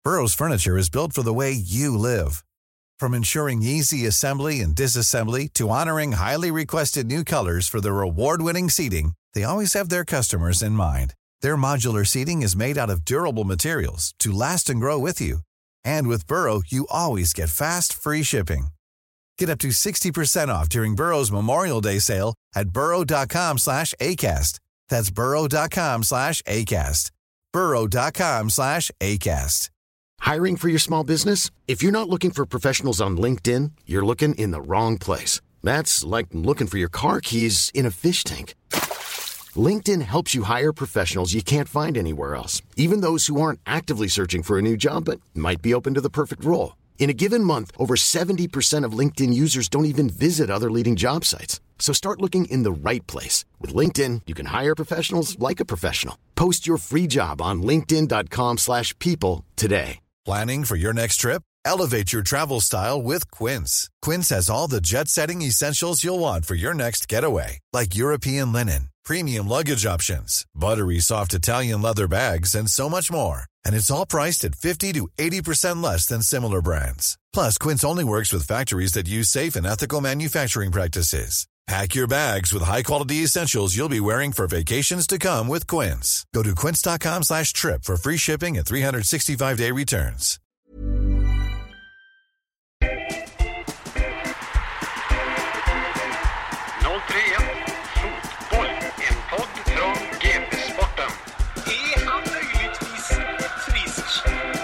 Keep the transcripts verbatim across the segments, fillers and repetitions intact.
Burrow's furniture is built for the way you live. From ensuring easy assembly and disassembly to honoring highly requested new colors for their award-winning seating, they always have their customers in mind. Their modular seating is made out of durable materials to last and grow with you. And with Burrow, you always get fast, free shipping. Get up to sixty percent off during Burrow's Memorial Day sale at burrow.com slash ACAST. That's burrow.com slash ACAST. burrow.com slash ACAST. Hiring for your small business? If you're not looking for professionals on LinkedIn, you're looking in the wrong place. That's like looking for your car keys in a fish tank. LinkedIn helps you hire professionals you can't find anywhere else, even those who aren't actively searching for a new job but might be open to the perfect role. In a given month, over seventy percent of LinkedIn users don't even visit other leading job sites. So start looking in the right place. With LinkedIn, you can hire professionals like a professional. Post your free job on linkedin.com slash people today. Planning for your next trip? Elevate your travel style with Quince. Quince has all the jet-setting essentials you'll want for your next getaway, like European linen, premium luggage options, buttery soft Italian leather bags, and so much more. And it's all priced at fifty to eighty percent less than similar brands. Plus, Quince only works with factories that use safe and ethical manufacturing practices. Pack your bags with high-quality essentials you'll be wearing for vacations to come with Quince. Go to quince.com slash trip for free shipping and three sixty-five day returns. noll tre Fotboll, en podd från G P-sporten. Är han möjligtvis frisk?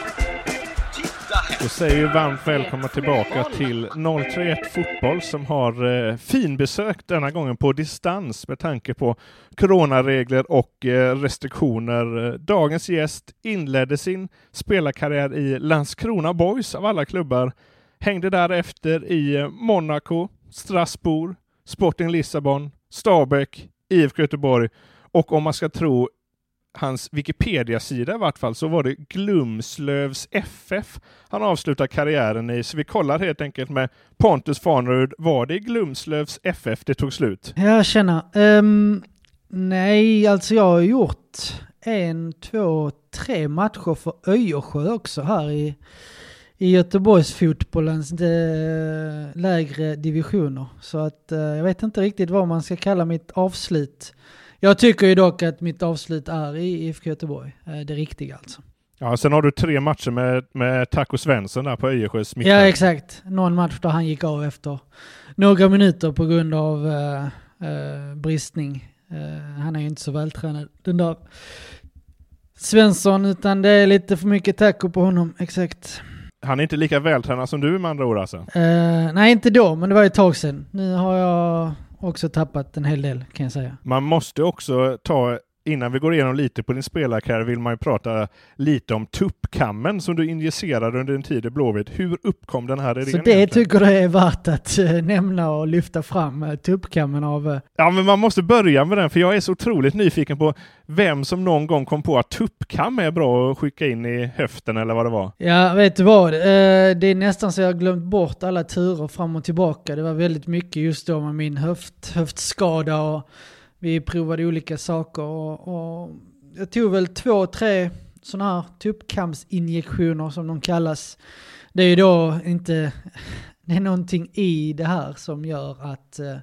Titta här. Då säger vi varmt välkomna tillbaka till noll tre ett Fotboll som har eh, finbesök denna gången på distans med tanke på coronaregler och eh, restriktioner. Dagens gäst inledde sin spelarkarriär i Landskrona Boys av alla klubbar. Hängde därefter i Monaco, Strasbourg, Sporting Lissabon, Stabæk, I F K Göteborg och om man ska tro hans Wikipedia-sida i vart fall så var det Glumslövs F F han avslutar karriären i. Så vi kollar helt enkelt med Pontus Farnerud. Var det Glumslövs F F det tog slut? Jag känner. Um, nej, alltså jag har gjort en, två, tre matcher för Öjersjö också här i, i Göteborgs fotbollens de, lägre divisioner. Så att uh, jag vet inte riktigt vad man ska kalla mitt avslut. Jag tycker ju dock att mitt avslut är i I F K Göteborg. Det riktiga alltså. Ja, sen har du tre matcher med, med Taco Svensson där på Öjersjös mitt. Ja, exakt. Någon match där han gick av efter några minuter på grund av uh, uh, bristning. Uh, han är ju inte så vältränad, den där Svensson, utan det är lite för mycket taco på honom. Exakt. Han är inte lika vältränad som du med andra ord alltså? Uh, nej, inte då, men det var ett tag sedan. Nu har jag också tappat en hel del, kan jag säga. Man måste också ta, innan vi går igenom lite på din spelarkarriär, vill man ju prata lite om tuppkammen som du injicerade under en tid i Blåvitt. Hur uppkom den här idén? Så det egentligen? Tycker du är värt att uh, nämna och lyfta fram uh, tuppkammen av... Uh... Ja, men man måste börja med den, för jag är så otroligt nyfiken på vem som någon gång kom på att tuppkam är bra att skicka in i höften eller vad det var. Ja, vet du vad? Uh, det är nästan så jag har glömt bort alla turer fram och tillbaka. Det var väldigt mycket just då med min höft, höftskada och vi provade olika saker och, och jag tog väl två, tre sådana här tuppkamsinjektioner som de kallas. Det är ju då inte, det är någonting i det här som gör att uh,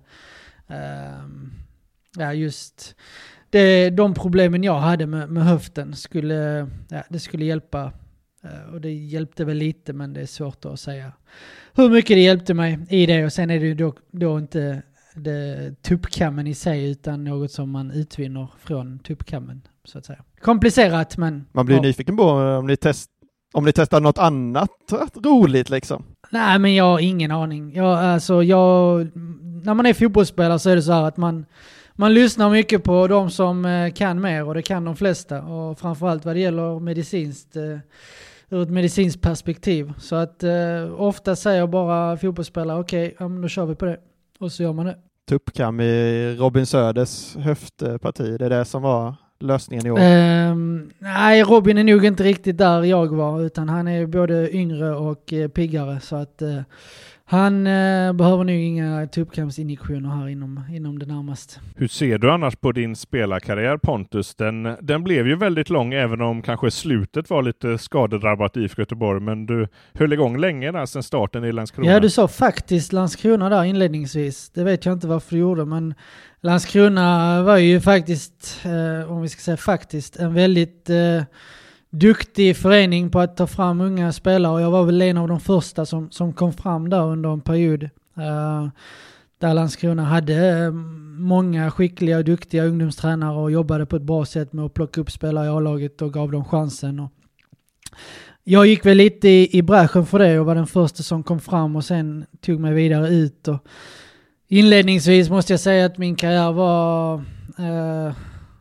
um, ja, just det, de problemen jag hade med, med höften skulle, ja, det skulle hjälpa. Uh, och det hjälpte väl lite, men det är svårt att säga hur mycket det hjälpte mig i det. Och sen är det ju då, då inte det tuppkammen i sig, utan något som man utvinner från tuppkammen, så att säga. Komplicerat, men... Man blir ja. nyfiken på om ni, test, om ni testar något annat roligt liksom. Nej, men jag har ingen aning. Jag, alltså, jag, när man är fotbollsspelare så är det så här att man, man lyssnar mycket på de som kan mer, och det kan de flesta. Och framförallt vad det gäller medicinskt, ur ett medicinskt perspektiv. Så att eh, ofta säger bara fotbollsspelare, okej, okay, ja, då kör vi på det. Och så gör man det. Tuppkam i Robin Söders höftparti, det är det som var lösningen i år? Um, nej, Robin är nog inte riktigt där jag var, utan han är både yngre och eh, piggare, så att eh, Han eh, behöver nog inga tuppkampsinjektioner här inom, inom det närmaste. Hur ser du annars på din spelarkarriär, Pontus? Den, den blev ju väldigt lång, även om kanske slutet var lite skadedrabbat i I F K Göteborg, men du höll igång länge där sedan starten i Landskrona. Ja, du sa faktiskt Landskrona där inledningsvis. Det vet jag inte varför du gjorde, men Landskrona var ju faktiskt, eh, om vi ska säga faktiskt, en väldigt eh, duktig förening på att ta fram unga spelare, och jag var väl en av de första som, som kom fram där under en period. Uh, där Landskrona hade många skickliga och duktiga ungdomstränare och jobbade på ett bra sätt med att plocka upp spelare i A-laget och gav dem chansen. Och jag gick väl lite i, i bräschen för det och var den första som kom fram och sen tog mig vidare ut. Och inledningsvis måste jag säga att min karriär var uh,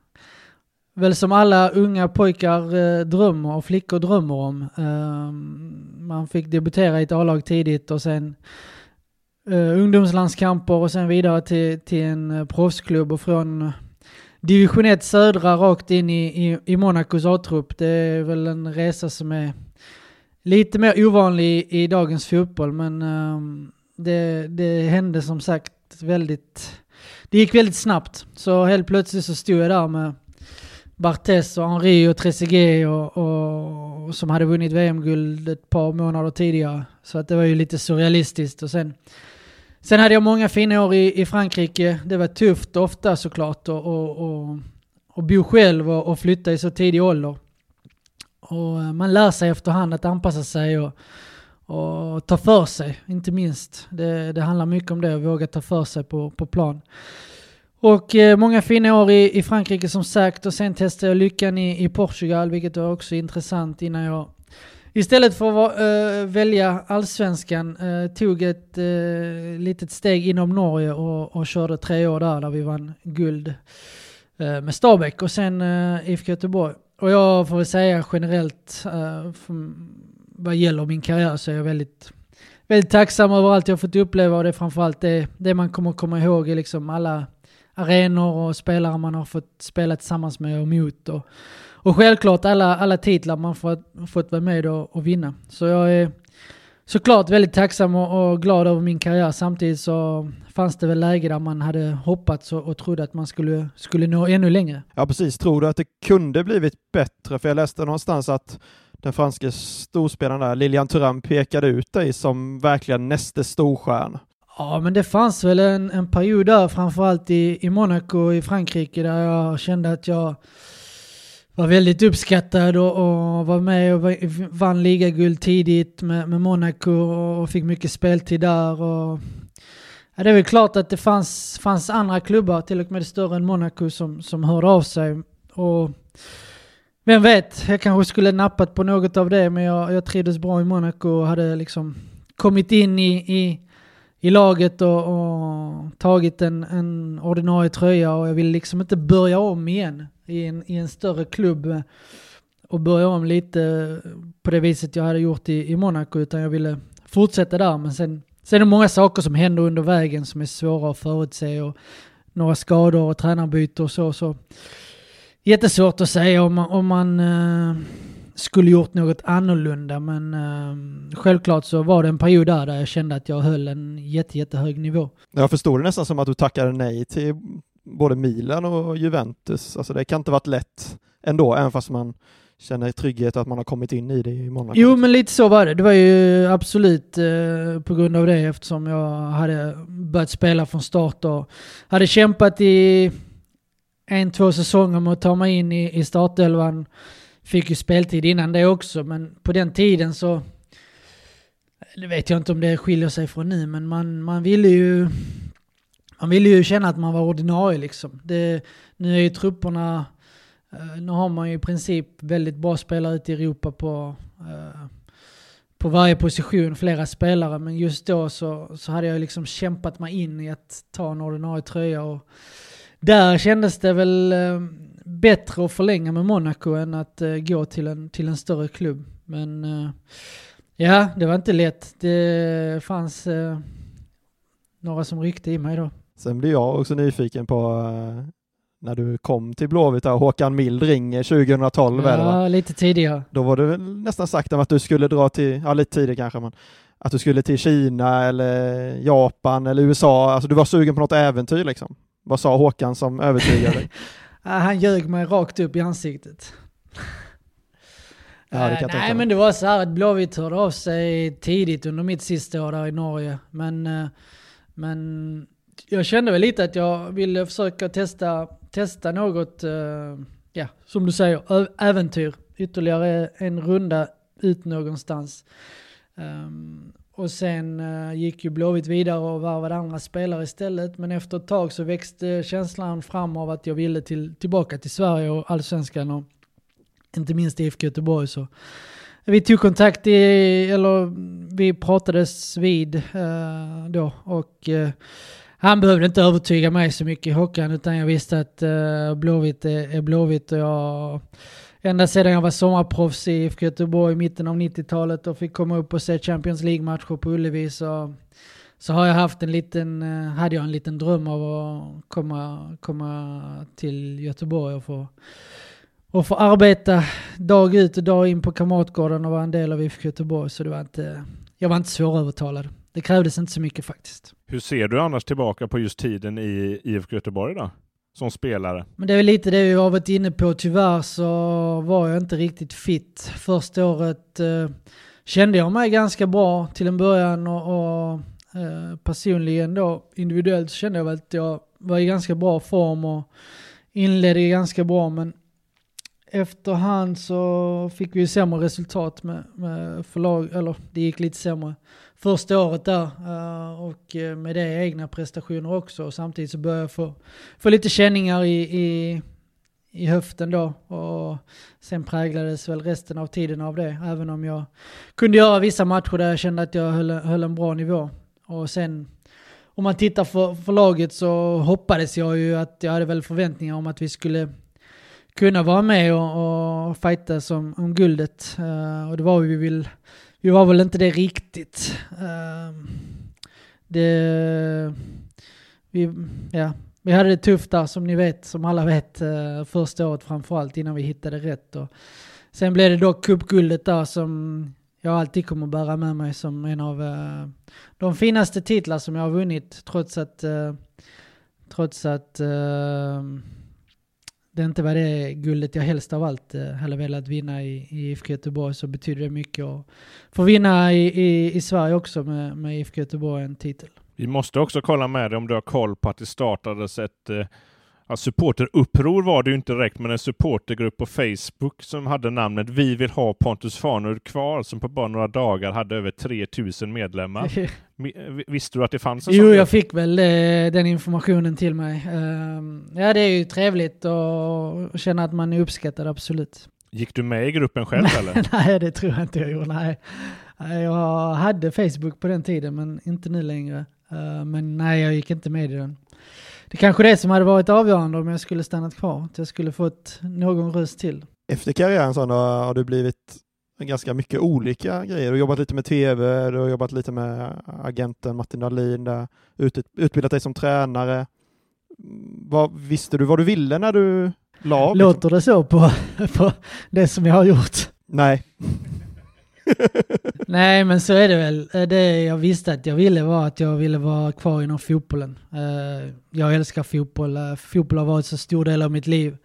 väl som alla unga pojkar eh, drömmer och flickor drömmer om. Uh, man fick debutera i ett A-lag tidigt och sen uh, ungdomslandskamper och sen vidare till, till en uh, proffsklubb, och från division ett södra rakt in i, i, i Monacos A-trupp. Det är väl en resa som är lite mer ovanlig i, i dagens fotboll, men uh, det, det hände som sagt väldigt, det gick väldigt snabbt. Så helt plötsligt så stod jag där med Barthez och Henri och Trezeguet och, och, och som hade vunnit V M-guld ett par månader tidigare. Så att det var ju lite surrealistiskt. Och sen, sen hade jag många fina år i, i Frankrike. Det var tufft ofta såklart. Och, och, och, och bo själv och, och flytta i så tidig ålder. Och man lär sig efterhand att anpassa sig och, och ta för sig. Inte minst. Det, det handlar mycket om det. Att våga ta för sig på, på plan. Och eh, många fina år i, i Frankrike som sagt, och sen testade jag lyckan i, i Portugal, vilket var också intressant innan jag istället för att äh, välja allsvenskan äh, tog ett äh, litet steg inom Norge och, och körde tre år där, där vi vann guld äh, med Stabæk och sen äh, I F K Göteborg. Och jag får väl säga generellt äh, för, vad gäller min karriär så är jag väldigt, väldigt tacksam över allt jag fått uppleva, och det är framförallt det, det man kommer komma ihåg är liksom alla arenor och spelare man har fått spela tillsammans med och mot. Och, och självklart alla, alla titlar man fått, fått vara med och, och vinna. Så jag är såklart väldigt tacksam och, och glad över min karriär. Samtidigt så fanns det väl läge där man hade hoppats och, och trodde att man skulle, skulle nå ännu längre. Ja, precis. Tror du att det kunde blivit bättre? För jag läste någonstans att den franska storspelaren där, Lilian Thuram, pekade ut dig som verkligen nästa storstjärna. Ja, men det fanns väl en, en period där, framförallt i, i Monaco i Frankrike, där jag kände att jag var väldigt uppskattad och, och var med och vann ligaguld tidigt med, med Monaco och fick mycket speltid där. Och, ja, det är väl klart att det fanns, fanns andra klubbar, till och med större än Monaco, som, som hörde av sig. Och vem vet, jag kanske skulle nappat på något av det, men jag, jag trivdes bra i Monaco och hade liksom kommit in i, i i laget och, och tagit en, en ordinarie tröja, och jag vill liksom inte börja om igen i en, i en större klubb och börja om lite på det viset jag hade gjort i, i Monaco, utan jag ville fortsätta där. Men sen, sen är det många saker som händer under vägen som är svåra att förutse, och några skador och tränarbyte och så, så jättesvårt att säga om man, om man uh, skulle gjort något annorlunda, men uh, självklart så var det en period där, där jag kände att jag höll en jätte, jättehög nivå. Jag förstår det nästan som att du tackade nej till både Milan och Juventus. Alltså det kan inte varit lätt ändå, även fast man känner trygghet att man har kommit in i det i Monaco. Jo, men lite så var det. Det var ju absolut uh, på grund av det, eftersom jag hade börjat spela från start och hade kämpat i en, två säsonger med att ta mig in i, i startelvan. Fick ju speltid innan det också, men på den tiden så, det vet jag inte om det skiljer sig från nu, men man, man ville ju man ville ju känna att man var ordinarie liksom. Det, nu är ju trupperna, nu har man ju i princip väldigt bra spelare ute i Europa på, på varje position, flera spelare, men just då så, så hade jag liksom kämpat mig in i att ta en ordinarie tröja, och där kändes det väl eh, bättre att förlänga med Monaco än att eh, gå till en, till en större klubb. Men eh, ja, det var inte lätt. Det fanns eh, några som ryckte i mig då. Sen blir jag också nyfiken på eh, när du kom till Blåvitt och Håkan Mild ringer tjugohundratolv. Ja, eller, va? Lite tidigare. Då var det väl nästan sagt om att du skulle dra till, ja lite tidigare kanske, men att du skulle till Kina eller Japan eller U S A? Alltså du var sugen på något äventyr liksom. Vad sa Håkan som övertygade dig? Han ljög mig rakt upp i ansiktet. Ja, det kan uh, nej, men det var så här att Blåvitt hörde av sig tidigt under mitt sista år där i Norge. Men, uh, men jag kände väl lite att jag ville försöka testa, testa något, uh, ja, som du säger, ö- äventyr. Ytterligare en runda ut någonstans. Um, och sen uh, gick ju Blåvitt vidare och varvade andra spelare istället. Men efter ett tag så växte känslan fram av att jag ville till, tillbaka till Sverige och Allsvenskan och inte minst i I F K Göteborg. Så vi tog kontakt i, eller vi pratades vid uh, då och uh, han behövde inte övertyga mig så mycket i Håkan, utan jag visste att uh, Blåvitt är, är Blåvitt och jag ända sedan jag var sommarproffs i I F K Göteborg i mitten av nittiotalet och fick komma upp och se Champions League-matcher på Ullevi så, så har jag haft en liten, hade jag en liten dröm av att komma, komma till Göteborg och få, och få arbeta dag ut och dag in på Kamratgården och vara en del av I F K Göteborg. Så det var inte, jag var inte svårövertalad. Det krävdes inte så mycket faktiskt. Hur ser du annars tillbaka på just tiden i I F K Göteborg då? Som spelare. Men det är lite det vi har varit inne på. Tyvärr så var jag inte riktigt fit. Första året eh, kände jag mig ganska bra till en början och, och eh, personligen då individuellt kände jag att jag var i ganska bra form och inledde ganska bra, men efterhand så fick vi ju sämre resultat med, med förlag, eller det gick lite sämre första året där uh, och med det egna prestationer också, och samtidigt så började jag få, få lite känningar i, i, i höften då, och sen präglades väl resten av tiden av det, även om jag kunde göra vissa matcher där jag kände att jag höll, höll en bra nivå. Och sen om man tittar för, för laget så hoppades jag ju att jag hade väl förväntningar om att vi skulle kunna vara med och, och fighta som, om guldet. Uh, och det var vi vill, vi var väl inte det riktigt. Uh, det, vi, ja, vi hade det tufft där som ni vet, som alla vet, uh, första året framförallt innan vi hittade rätt. Och sen blev det dock cupguldet där som jag alltid kommer bära med mig som en av uh, de finaste titlar som jag har vunnit, trots att uh, trots att uh, det inte var det guldet jag helst av allt uh, hade velat vinna i, i I F K Göteborg, så betyder det mycket att få vinna i, i, i Sverige också med, med I F K Göteborg en titel. Vi måste också kolla med dig om du har koll på att det startades ett uh... Ja, supporteruppror var det ju inte direkt, men en supportergrupp på Facebook som hade namnet Vi vill ha Pontus Farnerud kvar, som på bara några dagar hade över tre tusen medlemmar. Visste du att det fanns en Jo, sån? Jag fick väl eh, den informationen till mig. Uh, ja, det är ju trevligt att känna att man är uppskattad, absolut. Gick du med i gruppen själv eller? Nej, det tror jag inte jag gjorde. Nej. Jag hade Facebook på den tiden, men inte nu längre. Uh, men nej, jag gick inte med i den. Det kanske det som hade varit avgörande om jag skulle stannat kvar. Att jag skulle fått någon röst till. Efter karriären så har du blivit ganska mycket olika grejer. Du har jobbat lite med tv, du har jobbat lite med agenten Martin Dahlin, där, ut, utbildat dig som tränare. Vad, visste du vad du ville när du la av? Låter det så på, på det som jag har gjort? Nej. Nej, men så är det väl. Det jag visste att jag ville var att jag ville vara kvar inom fotbollen. Jag älskar fotboll. Fotboll har varit så stor del av mitt liv.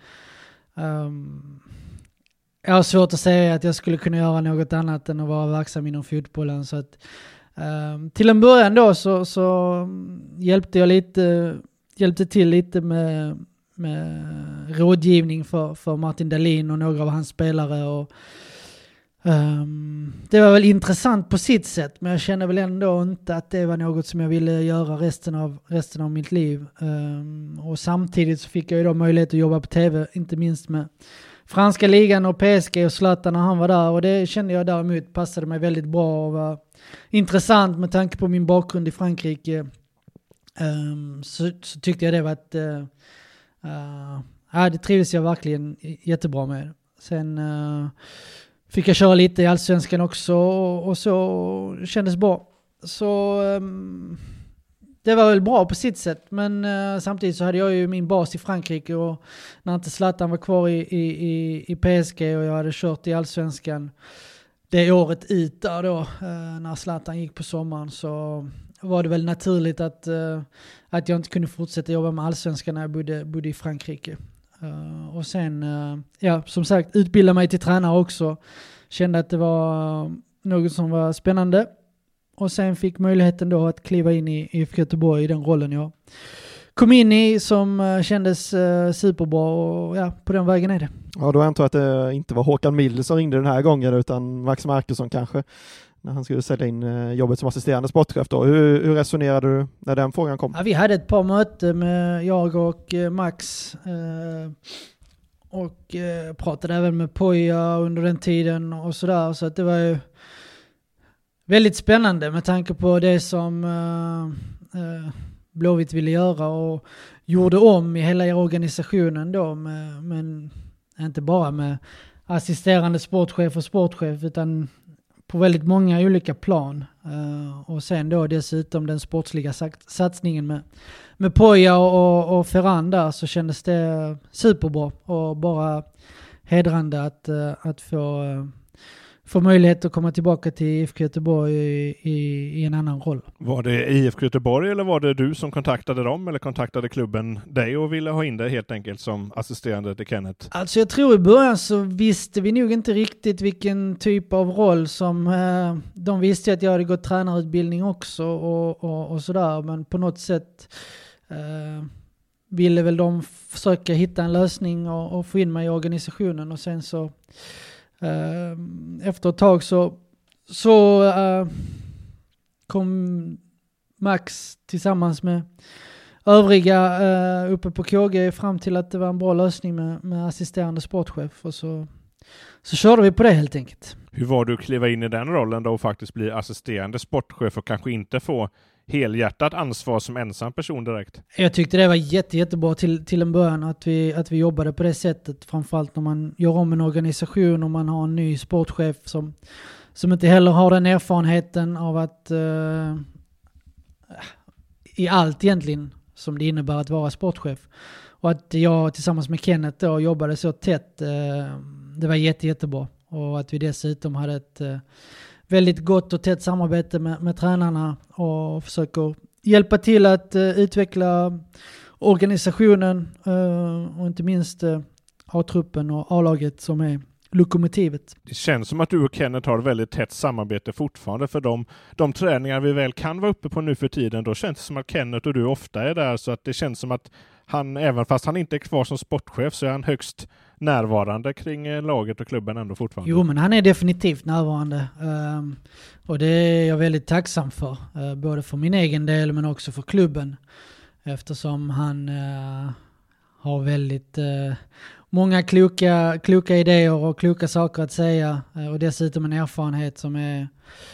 Jag har svårt att säga att jag skulle kunna göra något annat än att vara verksam inom fotbollen. Så att, till en början då så, så hjälpte jag lite, hjälpte till lite med, med rådgivning för, för Martin Dahlin och några av hans spelare, och Um, det var väl intressant på sitt sätt, men jag kände väl ändå inte att det var något som jag ville göra resten av, resten av mitt liv. Um, och samtidigt så fick jag ju då möjlighet att jobba på tv, inte minst med franska ligan och P S G och Zlatan när han var där, och det kände jag däremot passade mig väldigt bra och var intressant med tanke på min bakgrund i Frankrike. Um, så, så tyckte jag det var att uh, uh, ja, det trivdes jag verkligen jättebra med. Sen uh, fick jag köra lite i Allsvenskan också, och, och så kändes bra. Så um, det var väl bra på sitt sätt, men uh, samtidigt så hade jag ju min bas i Frankrike, och när inte Zlatan var kvar i, i, i P S G och jag hade kört i Allsvenskan, det året ut där då, eh, när Zlatan gick på sommaren, så var det väl naturligt att, eh, att jag inte kunde fortsätta jobba med allsvenskan när jag bodde, bodde i Frankrike. Uh, och sen, uh, ja, som sagt, utbilda mig till tränare också. Kände att det var uh, något som var spännande. Och sen fick möjligheten då att kliva in i I F K Göteborg i den rollen jag kom in i, som uh, kändes uh, superbra, och ja, på den vägen är det. Ja, då antar jag att det inte var Håkan Mild som ringde den här gången, utan Max Markusson kanske, när han skulle sälja in uh, jobbet som assisterande sportchef då. Hur, hur resonerade du när den frågan kom? Ja, vi hade ett par möten med jag och uh, Max uh, och uh, pratade även med Poja under den tiden och sådär, så att det var ju väldigt spännande med tanke på det som uh, uh, Blåvitt ville göra och gjorde om i hela organisationen då, med, men inte bara med assisterande sportchef och sportchef, utan på väldigt många olika plan. Uh, och sen då dessutom den sportsliga satsningen med, med Poja och, och Ferran där, så kändes det superbra och bara hedrande att, uh, att få, uh, få möjlighet att komma tillbaka till I F K Göteborg i, i, i en annan roll. Var det I F K Göteborg eller var det du som kontaktade dem, eller kontaktade klubben dig och ville ha in dig helt enkelt som assisterande till Kenneth? Alltså jag tror i början så visste vi nog inte riktigt vilken typ av roll som eh, de visste att jag hade gått tränarutbildning också och, och, och sådär, men på något sätt eh, ville väl de försöka hitta en lösning och, och få in mig i organisationen, och sen så Uh, efter ett tag så, så uh, kom Max tillsammans med övriga uh, uppe på K G fram till att det var en bra lösning med, med assisterande sportchef, och så, så körde vi på det helt enkelt. Hur var du att kliva in i den rollen då och faktiskt bli assisterande sportchef och kanske inte få helhjärtat ansvar som ensam person direkt? Jag tyckte det var jätte, jättebra till, till en början att vi, att vi jobbade på det sättet. Framförallt när man gör om en organisation och man har en ny sportchef som, som inte heller har den erfarenheten av att uh, i allt egentligen som det innebär att vara sportchef. Och att jag tillsammans med Kenneth då jobbade så tätt, uh, det var jätte, jättebra. Och att vi dessutom hade ett uh, väldigt gott och tätt samarbete med, med tränarna och försöker hjälpa till att uh, utveckla organisationen uh, och inte minst uh, A-truppen och A-laget som är lokomotivet. Det känns som att du och Kenneth har väldigt tätt samarbete fortfarande, för de, de träningar vi väl kan vara uppe på nu för tiden, då känns det som att Kenneth och du ofta är där, så att det känns som att han, även fast han inte är kvar som sportchef, så är han högst närvarande kring laget och klubben ändå fortfarande. Jo, men han är definitivt närvarande. Um, och det är jag väldigt tacksam för. Uh, både för min egen del men också för klubben. Eftersom han uh, har väldigt uh, många kloka, kloka idéer och kloka saker att säga. Uh, och dessutom en erfarenhet som är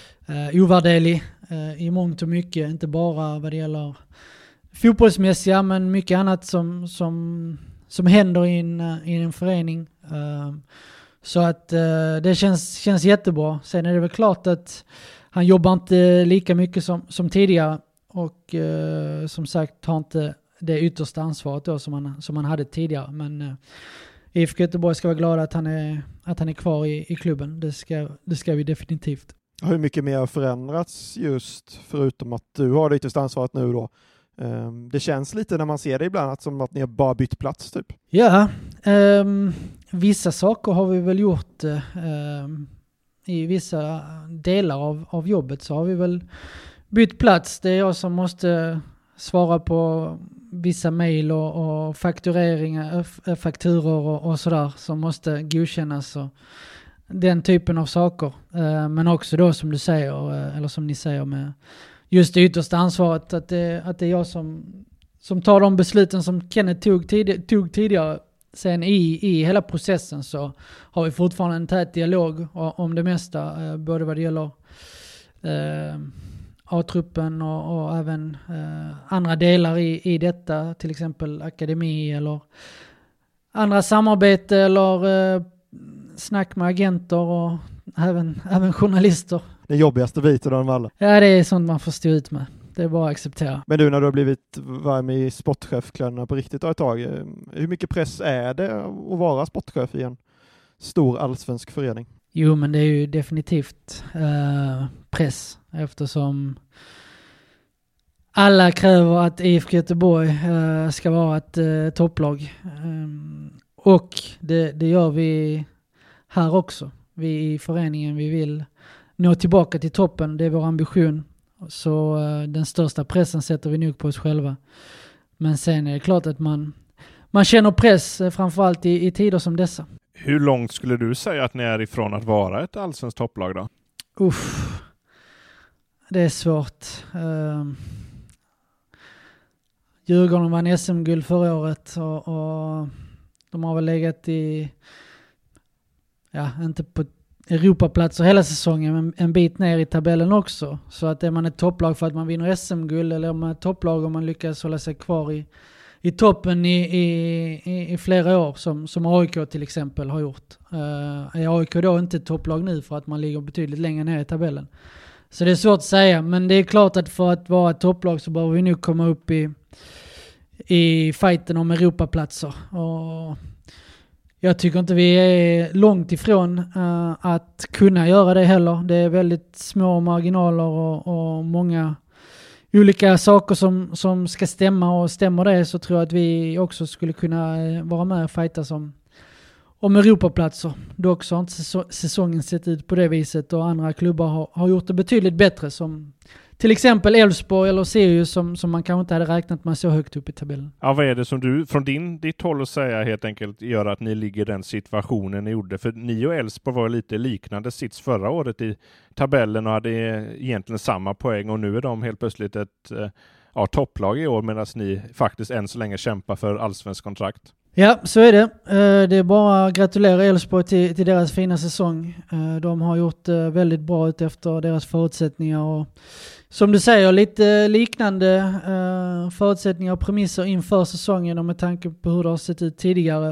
uh, ovärderlig uh, i mångt och mycket. Inte bara vad det gäller fotbollsmässiga, men mycket annat som... som som händer i en, i en förening. Uh, så att uh, det känns, känns jättebra. Sen är det väl klart att han jobbar inte lika mycket som, som tidigare, och uh, som sagt har inte det yttersta ansvaret då som han, som han hade tidigare. Men uh, I F K Göteborg ska vara glad att han är, att han är kvar i, i klubben. Det ska, det ska vi definitivt. Hur mycket mer har förändrats just förutom att du har det yttersta ansvaret nu då? Det känns lite när man ser det ibland att som att ni har bara bytt plats typ. Ja, um, vissa saker har vi väl gjort um, i vissa delar av, av jobbet, så har vi väl bytt plats. Det är jag som måste svara på vissa mejl och, och faktureringar, fakturor och, och sådär som måste godkännas och den typen av saker. Uh, men också då som du säger, eller som ni säger med just det yttersta ansvaret, att det, att det är jag som, som tar de besluten som Kenneth tog, tid, tog tidigare. Sen i, i hela processen så har vi fortfarande en tät dialog om det mesta, eh, både vad det gäller eh, A-truppen och, och även eh, andra delar i, i detta, till exempel akademi eller andra samarbete eller eh, snack med agenter och även, även journalister. Den jobbigaste biten av dem alla. Ja, det är sånt man får stå ut med. Det är bara att acceptera. Men du, när du har blivit varm i sportchefkläderna på riktigt ett tag, hur mycket press är det att vara sportchef i en stor allsvensk förening? Jo, men det är ju definitivt eh, press eftersom alla kräver att I F K Göteborg eh, ska vara ett eh, topplag. Um, och det, det gör vi här också. Vi i föreningen, vi vill nå tillbaka till toppen. Det är vår ambition. Så eh, den största pressen sätter vi nog på oss själva. Men sen är det klart att man, man känner press eh, framförallt i, i tider som dessa. Hur långt skulle du säga att ni är ifrån att vara ett allsvenskt topplag då? Uff, det är svårt. Uh, Djurgården vann S M-guld förra året och, och de har väl legat i, ja, inte på Europaplatser hela säsongen, men en bit ner i tabellen också. Så att är man ett topplag för att man vinner S M-guld, eller om man är ett topplag om man lyckas hålla sig kvar i, i toppen i, i, i flera år, som, som A I K till exempel har gjort. Uh, är A I K då inte ett topplag nu för att man ligger betydligt längre ner i tabellen? Så det är svårt att säga, men det är klart att för att vara ett topplag så behöver vi nu komma upp i, i fighten om Europaplatser. Och jag tycker inte vi är långt ifrån uh, att kunna göra det heller. Det är väldigt små marginaler och, och många olika saker som, som ska stämma, och stämmer det så tror jag att vi också skulle kunna vara med och fighta som om Europaplatser. Dock så har inte säsongen sett ut på det viset, och andra klubbar har, har gjort det betydligt bättre, som till exempel Elfsborg eller Sirius som, som man kanske inte hade räknat med så högt upp i tabellen. Ja, vad är det som du från din, ditt håll att säga helt enkelt gör att ni ligger i den situationen ni gjorde? För ni och Elfsborg var lite liknande sits förra året i tabellen och hade egentligen samma poäng, och nu är de helt plötsligt ett ja, topplag i år, medan ni faktiskt än så länge kämpar för allsvensk kontrakt. Ja, så är det. Det är bara att gratulera Elfsborg till, till deras fina säsong. De har gjort det väldigt bra ut efter deras förutsättningar, och som du säger, lite liknande förutsättningar och premisser inför säsongen, och med tanke på hur det har sett ut tidigare.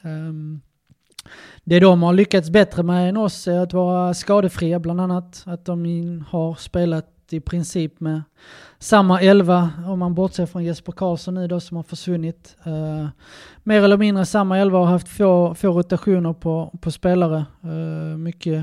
Det de har lyckats bättre med än oss är att vara skadefria, bland annat. Att de har spelat i princip med samma elva, om man bortser från Jesper Karlsson nu då som har försvunnit. Uh, mer eller mindre samma elva, har haft få, få rotationer på, på spelare. Uh, mycket,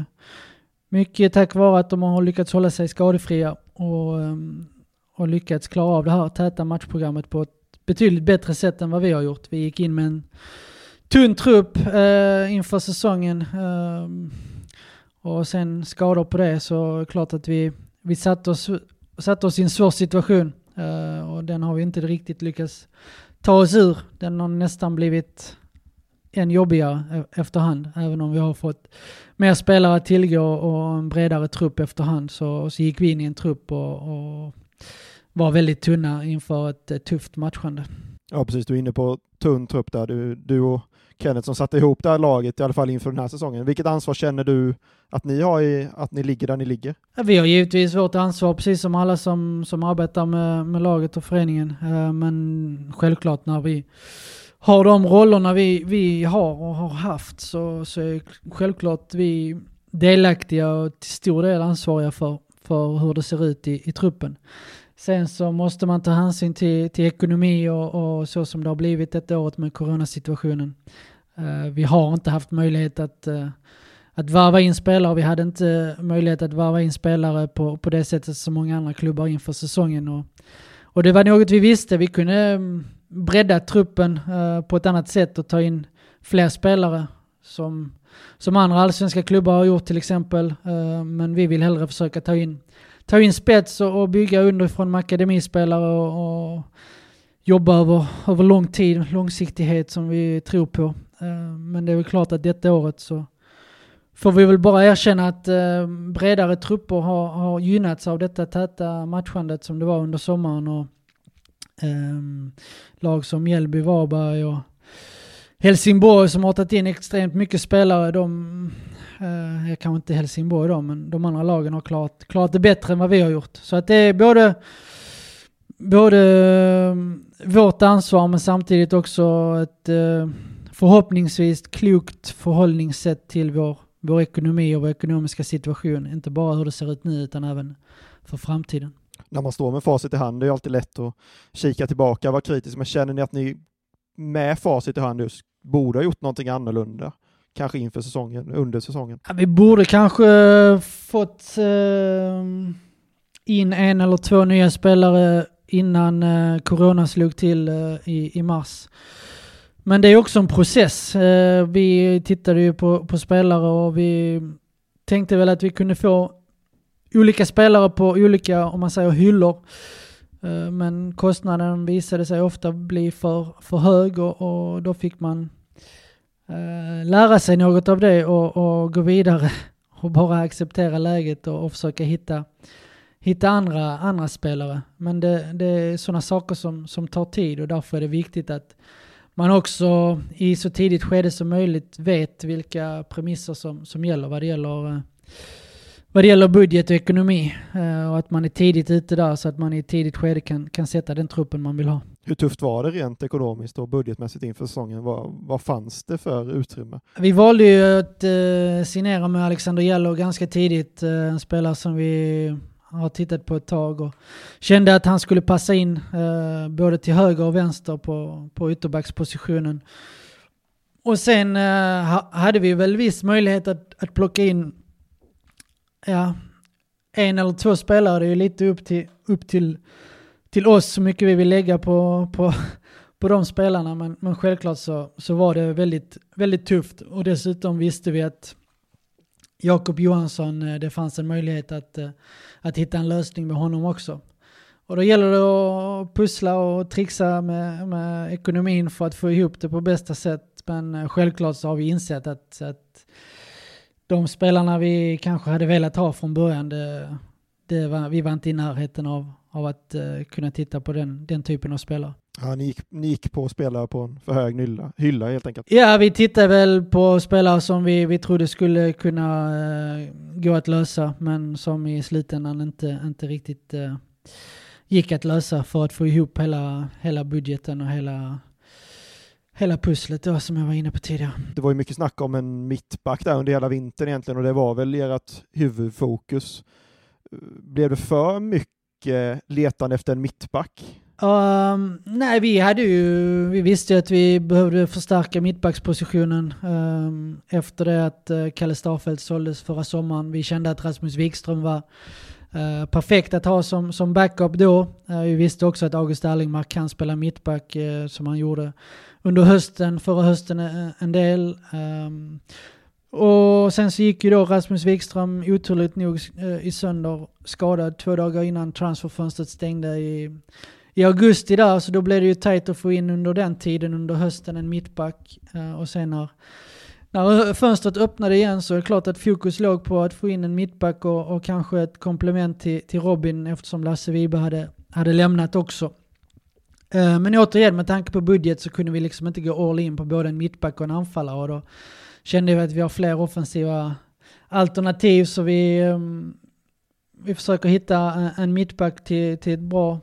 mycket tack vare att de har lyckats hålla sig skadefria och, um, och lyckats klara av det här täta matchprogrammet på ett betydligt bättre sätt än vad vi har gjort. Vi gick in med en tunn trupp uh, inför säsongen uh, och sen skador på det, så klart att vi Vi satt oss, satt oss i en svår situation uh, och den har vi inte riktigt lyckats ta oss ur. Den har nästan blivit än jobbigare efterhand. Även om vi har fått mer spelare att tillgå och en bredare trupp efterhand, så, så gick vi in i en trupp och, och var väldigt tunna inför ett, ett tufft matchande. Ja, precis. Du är inne på tunn trupp där. Du, du och Kenneth som satte ihop det här laget, i alla fall inför den här säsongen. Vilket ansvar känner du att ni har i att ni ligger där ni ligger? Ja, vi har givetvis vårt ansvar, precis som alla som, som arbetar med, med laget och föreningen. Uh, men självklart när vi har de rollerna vi, vi har och har haft, så, så är självklart vi delaktiga och till stor del ansvariga för, för hur det ser ut i, i truppen. Sen så måste man ta hänsyn till, till ekonomi och, och så som det har blivit detta året med coronasituationen. Uh, vi har inte haft möjlighet att, uh, att varva in spelare. Vi hade inte möjlighet att varva in spelare på, på det sättet som många andra klubbar inför säsongen. Och, och det var något vi visste. Vi kunde bredda truppen uh, på ett annat sätt och ta in fler spelare som, som andra allsvenska klubbar har gjort till exempel. Uh, men vi vill hellre försöka ta in ta in spets och, och bygga underifrån med akademispelare och, och jobba över, över lång tid, långsiktighet som vi tror på. Uh, men det är väl klart att detta året så får vi väl bara erkänna att uh, bredare trupper har, har gynnats av detta täta matchandet som det var under sommaren, och um, lag som Mjällby, Varberg och Helsingborg som har tagit in extremt mycket spelare, de Uh, jag kan inte Helsingborg då, men de andra lagen har klarat, klarat det bättre än vad vi har gjort. Så att det är både, både uh, vårt ansvar, men samtidigt också ett uh, förhoppningsvis klokt förhållningssätt till vår, vår ekonomi och vår ekonomiska situation. Inte bara hur det ser ut nu utan även för framtiden. När man står med facit i hand, det är alltid lätt att kika tillbaka, vara kritisk, men känner ni att ni med facit i hand just borde ha gjort någonting annorlunda? kanske inför säsongen, under säsongen? Ja, vi borde kanske fått eh, in en eller två nya spelare innan eh, corona slog till eh, i, i mars. Men det är också en process. Eh, vi tittade ju på, på spelare och vi tänkte väl att vi kunde få olika spelare på olika, om man säger, hyllor. Eh, men kostnaden visade sig ofta bli för, för hög och, och då fick man eh, lära sig något av det och, och gå vidare och bara acceptera läget och, och försöka hitta hitta andra, andra spelare. Men det, det är sådana saker som, som tar tid och därför är det viktigt att man också i så tidigt skede som möjligt vet vilka premisser som, som gäller vad det gäller, vad det gäller budget och ekonomi och att man är tidigt ute där så att man i ett tidigt skede kan, kan sätta den truppen man vill ha. Hur tufft var det rent ekonomiskt och budgetmässigt inför säsongen? Vad, vad fanns det för utrymme? Vi valde ju att eh, signera med Alexander Jello ganska tidigt, eh, en spelare som vi har tittat på ett tag och kände att han skulle passa in eh, både till höger och vänster på, på ytterbackspositionen. Och sen eh, ha, hade vi väl viss möjlighet att, att plocka in ja, en eller två spelare. Det är ju lite upp till, upp till, till oss så mycket vi vill lägga på, på, på de spelarna. Men, men självklart så, så var det väldigt, väldigt tufft. Och dessutom visste vi att Jakob Johansson, det fanns en möjlighet att, att hitta en lösning med honom också. Och då gäller det att pussla och trixa med, med ekonomin för att få ihop det på bästa sätt. Men självklart så har vi insett att, att de spelarna vi kanske hade velat ha från början, det, det var, vi var inte i närheten av, av att uh, kunna titta på den, den typen av spelare. Ja, ni gick, ni gick på spelare på en för hög hylla, hylla helt enkelt. Ja, vi tittade väl på spelare som vi, vi trodde skulle kunna uh, gå att lösa, men som i slutändan inte, inte riktigt uh, gick att lösa för att få ihop hela, hela budgeten och hela, hela pusslet då, som jag var inne på tidigare. Det var ju mycket snack om en mittback där under hela vintern egentligen och det var väl ert huvudfokus. Blev det för mycket letande efter en mittback? Um, nej, vi hade ju, vi visste ju att vi behövde förstärka mittbackspositionen um, efter det att uh, Kalle Starfelt såldes förra sommaren. Vi kände att Rasmus Wikström var uh, perfekt att ha som, som backup då. Uh, vi visste också att August Erlingmark kan spela mittback uh, som han gjorde under hösten, förra hösten uh, en del. Um, och sen så gick ju då Rasmus Wikström oturligt nog uh, i sönder skadad två dagar innan transferfönstret stängde i I augusti där, så då blev det ju tajt att få in under den tiden, under hösten, en mittback. Uh, och sen när, när fönstret öppnade igen så är det klart att fokus låg på att få in en mittback och, och kanske ett komplement till, till Robin eftersom Lasse Vibe hade, hade lämnat också. Uh, men återigen, med tanke på budget så kunde vi liksom inte gå all in på både en mittback och en anfallare. Och då kände vi att vi har fler offensiva alternativ så vi, um, vi försöker hitta en, en mittback till, till ett bra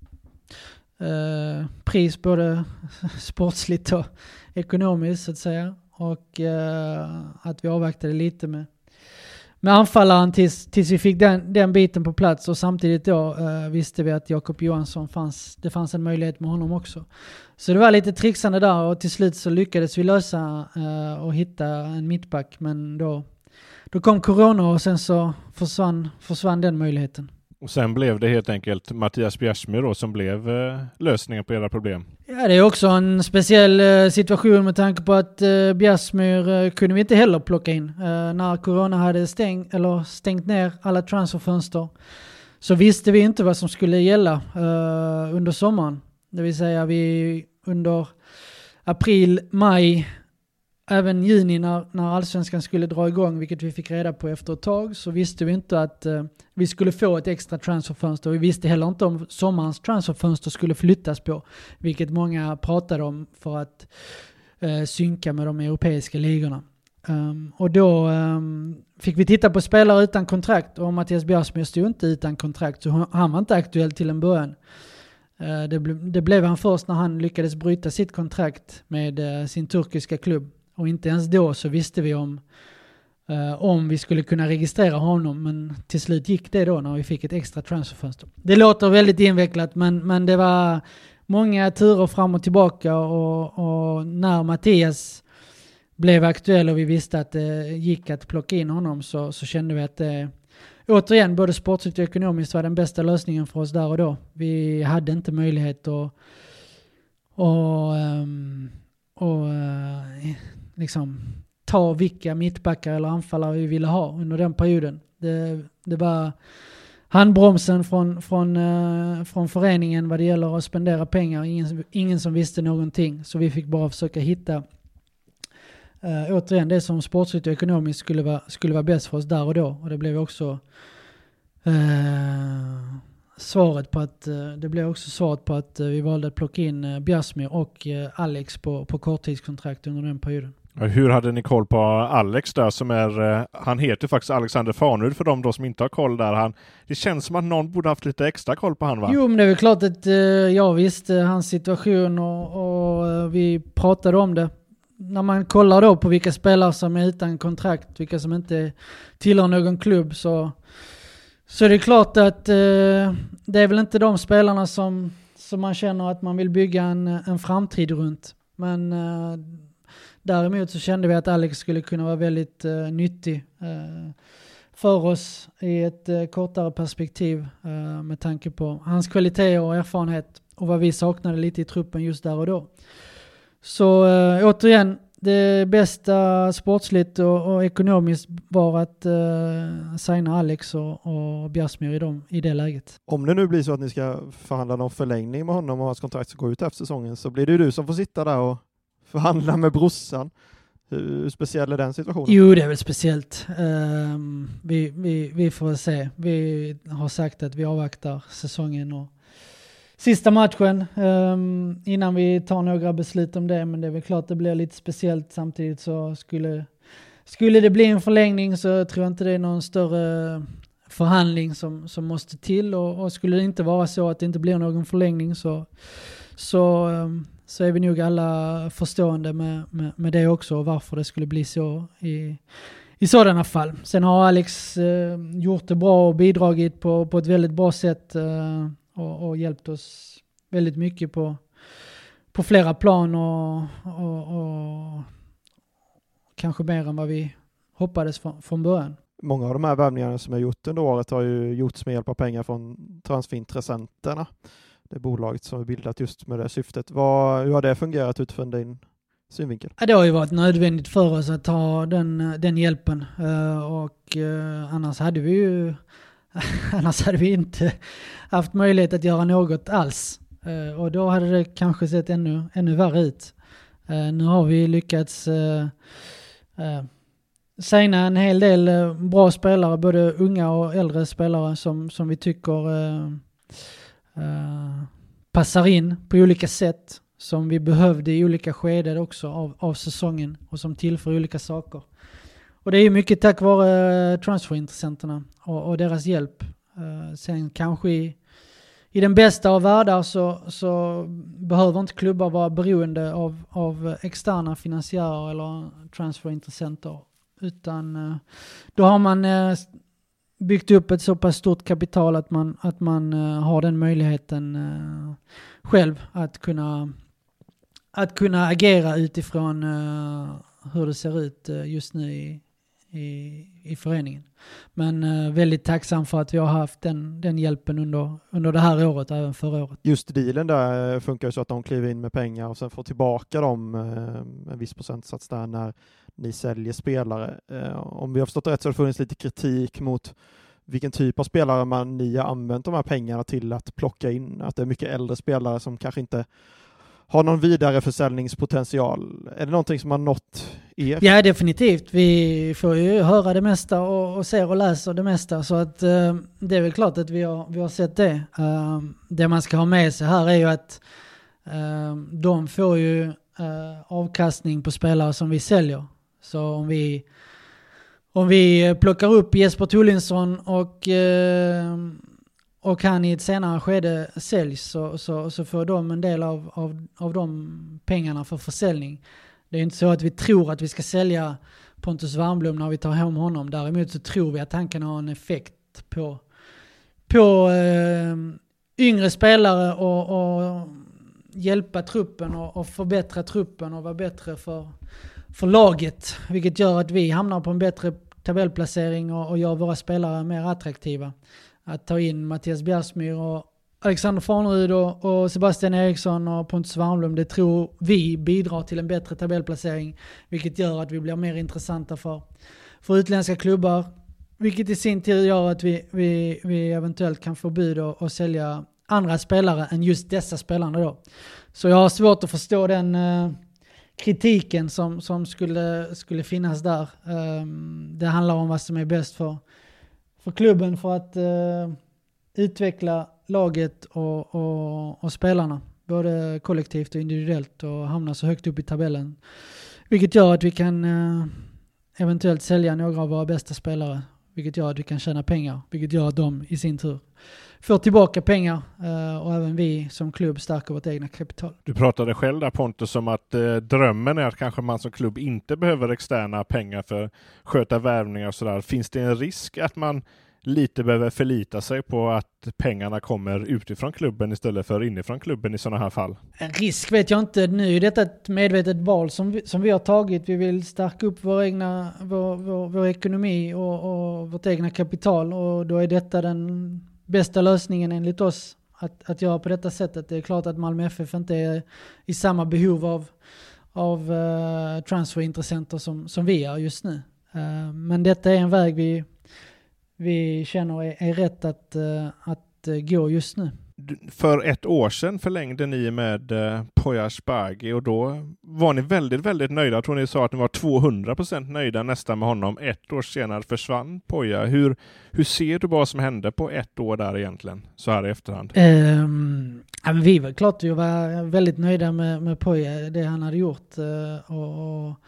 Uh, pris både sportsligt och ekonomiskt så att säga och uh, att vi avvaktade lite med, med anfallaren tills, tills vi fick den, den biten på plats och samtidigt då uh, visste vi att Jakob Johansson fanns, det fanns en möjlighet med honom också. Så det var lite trixande där och till slut så lyckades vi lösa uh, och hitta en mittback, men då, då kom corona och sen så försvann, försvann den möjligheten. Och sen blev det helt enkelt Mattias Bjärsmyr då som blev eh, lösningen på era problem. Ja, det är också en speciell eh, situation med tanke på att eh, Bjärsmyr eh, kunde vi inte heller plocka in. Eh, när corona hade stäng, eller stängt ner alla transferfönster så visste vi inte vad som skulle gälla eh, under sommaren. Det vill säga vi under april, maj, även juni när, när allsvenskan skulle dra igång, vilket vi fick reda på efter ett tag, så visste vi inte att eh, vi skulle få ett extra transferfönster. Vi visste heller inte om sommarens transferfönster skulle flyttas på, vilket många pratade om för att eh, synka med de europeiska ligorna. Um, och då um, fick vi titta på spelare utan kontrakt och Mattias Bjärsmyr stod inte utan kontrakt, så han var inte aktuell till en början. Uh, det, ble, det blev han först när han lyckades bryta sitt kontrakt med uh, sin turkiska klubb. Och inte ens då så visste vi om, uh, om vi skulle kunna registrera honom. Men till slut gick det då när vi fick ett extra transferfönster. Det låter väldigt invecklat men, men det var många turer fram och tillbaka. Och, och när Mattias blev aktuell och vi visste att det gick att plocka in honom, så, så kände vi att det återigen både sportsligt och ekonomiskt var den bästa lösningen för oss där och då. Vi hade inte möjlighet att och, um, och uh, liksom ta vilka mittbackar eller anfallare vi ville ha under den perioden. Det, det var handbromsen från, från, uh, från föreningen vad det gäller att spendera pengar. Ingen, ingen som visste någonting, så vi fick bara försöka hitta uh, återigen det som sportsligt och ekonomiskt skulle vara, skulle vara bäst för oss där och då. Och det blev också uh, svaret på att uh, det blev också svaret på att uh, vi valde att plocka in uh, Bjärsmyr och uh, Alex på, på korttidskontrakt under den perioden. Hur hade ni koll på Alex där som är, han heter faktiskt Alexander Farnud för de då som inte har koll där. Han, det känns som att någon borde haft lite extra koll på han, va? Jo, men det är väl klart att eh, jag visste hans situation och, och vi pratade om det. När man kollar då på vilka spelare som är utan kontrakt, vilka som inte tillhör någon klubb, så, så är det klart att eh, det är väl inte de spelarna som, som man känner att man vill bygga en, en framtid runt. Men eh, däremot så kände vi att Alex skulle kunna vara väldigt uh, nyttig uh, för oss i ett uh, kortare perspektiv uh, med tanke på hans kvalitet och erfarenhet och vad vi saknade lite i truppen just där och då. Så uh, återigen, det bästa sportsligt och, och ekonomiskt var att uh, signa Alex och, och Bjärsmyr i, dem, i det läget. Om det nu blir så att ni ska förhandla någon förlängning med honom och hans kontrakt ska gå ut efter säsongen, så blir det ju du som får sitta där och förhandla med brorsan. Hur speciell är den situationen? Jo, det är väl speciellt. Um, vi, vi, vi får se. Vi har sagt att vi avvaktar säsongen och sista matchen um, innan vi tar några beslut om det. Men det är väl klart att det blir lite speciellt. Samtidigt så skulle, skulle det bli en förlängning så tror jag inte det är någon större förhandling som, som måste till. Och, och skulle det inte vara så att det inte blir någon förlängning så... så um, så är vi nog alla förstående med, med, med det också och varför det skulle bli så i, i sådana fall. Sen har Alex eh, gjort det bra och bidragit på, på ett väldigt bra sätt eh, och, och hjälpt oss väldigt mycket på, på flera plan och, och, och kanske mer än vad vi hoppades från, från början. Många av de här värvningarna som jag gjort under året har ju gjorts med hjälp av pengar från transferintressenterna. Det bolaget som är bildat just med det syftet. Vad, hur har det fungerat utifrån din synvinkel? Ja, det har ju varit nödvändigt för oss att ha den, den hjälpen. Uh, och uh, annars hade vi ju annars hade vi inte haft möjlighet att göra något alls. Uh, och då hade det kanske sett ännu, ännu värre ut. Uh, nu har vi lyckats uh, uh, signa en hel del uh, bra spelare, både unga och äldre spelare som, som vi tycker uh, Uh, passar in på olika sätt som vi behövde i olika skeden också av, av säsongen och som tillför olika saker. Och det är ju mycket tack vare uh, transferintressenterna och, och deras hjälp. Uh, sen kanske i, i den bästa av världar så, så behöver inte klubbar vara beroende av, av externa finansiärer eller transferintressenter, utan uh, då har man uh, byggt upp ett så pass stort kapital att man, att man uh, har den möjligheten uh, själv att kunna, att kunna agera utifrån uh, hur det ser ut uh, just nu i, i, i föreningen. Men uh, väldigt tacksam för att vi har haft den, den hjälpen under, under det här året och även förra året. Just dealen där funkar ju så att de kliver in med pengar och sen får tillbaka dem uh, en viss procentsats där när ni säljer spelare. Uh, om vi har förstått rätt så har det funnits lite kritik mot vilken typ av spelare man ni har använt de här pengarna till att plocka in. Att det är mycket äldre spelare som kanske inte har någon vidare försäljningspotential. Är det någonting som har nått er? Ja, definitivt. Vi får ju höra det mesta och, och ser och läser det mesta. Så att uh, det är väl klart att vi har, vi har sett det. Uh, det man ska ha med sig här är ju att uh, de får ju uh, avkastning på spelare som vi säljer. Så om vi Om vi plockar upp Jesper Tullinsson och, eh, och han i ett senare skede säljs så, så, så får de en del av, av, av de pengarna för försäljning. Det är inte så att vi tror att vi ska sälja Pontus Warmblom när vi tar hem honom. Däremot så tror vi att han kan ha en effekt på, på eh, yngre spelare och, och hjälpa truppen och, och förbättra truppen och vara bättre för för laget, vilket gör att vi hamnar på en bättre tabellplacering och, och gör våra spelare mer attraktiva. Att ta in Mattias Bjärsmyr och Alexander Farnerud och, och Sebastian Eriksson och Pontus Warmblom, det tror vi bidrar till en bättre tabellplacering, vilket gör att vi blir mer intressanta för, för utländska klubbar, vilket i sin tur gör att vi, vi, vi eventuellt kan få bud och, och sälja andra spelare än just dessa spelarna då. Så jag har svårt att förstå den uh, kritiken som, som skulle, skulle finnas där. Um, det handlar om vad som är bäst för, för klubben för att uh, utveckla laget och, och, och spelarna, både kollektivt och individuellt, och hamna så högt upp i tabellen. Vilket gör att vi kan uh, eventuellt sälja några av våra bästa spelare, vilket gör att vi kan tjäna pengar, vilket gör att de i sin tur får tillbaka pengar uh, och även vi som klubb stärker vårt egna kapital. Du pratade själv där, Pontus, om att eh, drömmen är att kanske man som klubb inte behöver externa pengar för att sköta värvningar och sådär. Finns det en risk att man lite behöver förlita sig på att pengarna kommer utifrån klubben istället för inifrån klubben i sådana här fall? En risk vet jag inte. Nu är detta ett medvetet val som vi, som vi har tagit. Vi vill stärka upp vår, egna, vår, vår, vår ekonomi och, och vårt egna kapital, och då är detta den bästa lösningen enligt oss att, att göra på detta sättet. Det är klart att Malmö F F inte är i samma behov av, av uh, transferintressenter som, som vi är just nu. Uh, men detta är en väg vi vi känner är, är rätt att, uh, att uh, gå just nu. För ett år sedan förlängde ni med uh, Poya Asbaghi, och då var ni väldigt, väldigt nöjda. Jag tror ni sa att ni var tvåhundra procent nöjda nästan med honom. Ett år senare försvann Poya. Hur, hur ser du vad som hände på ett år där egentligen, så här i efterhand? Um, ja, men vi var klart vi var väldigt nöjda med, med Poya, det han hade gjort. Uh, och, och,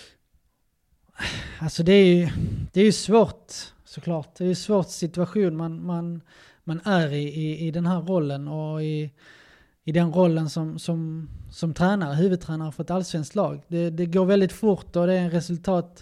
alltså det är ju, det är ju svårt. Såklart. Det är en svår situation man, man, man är i, i, i den här rollen, och i, i den rollen som, som, som tränare, huvudtränare för ett allsvenskt lag. Det, det går väldigt fort och det är en resultat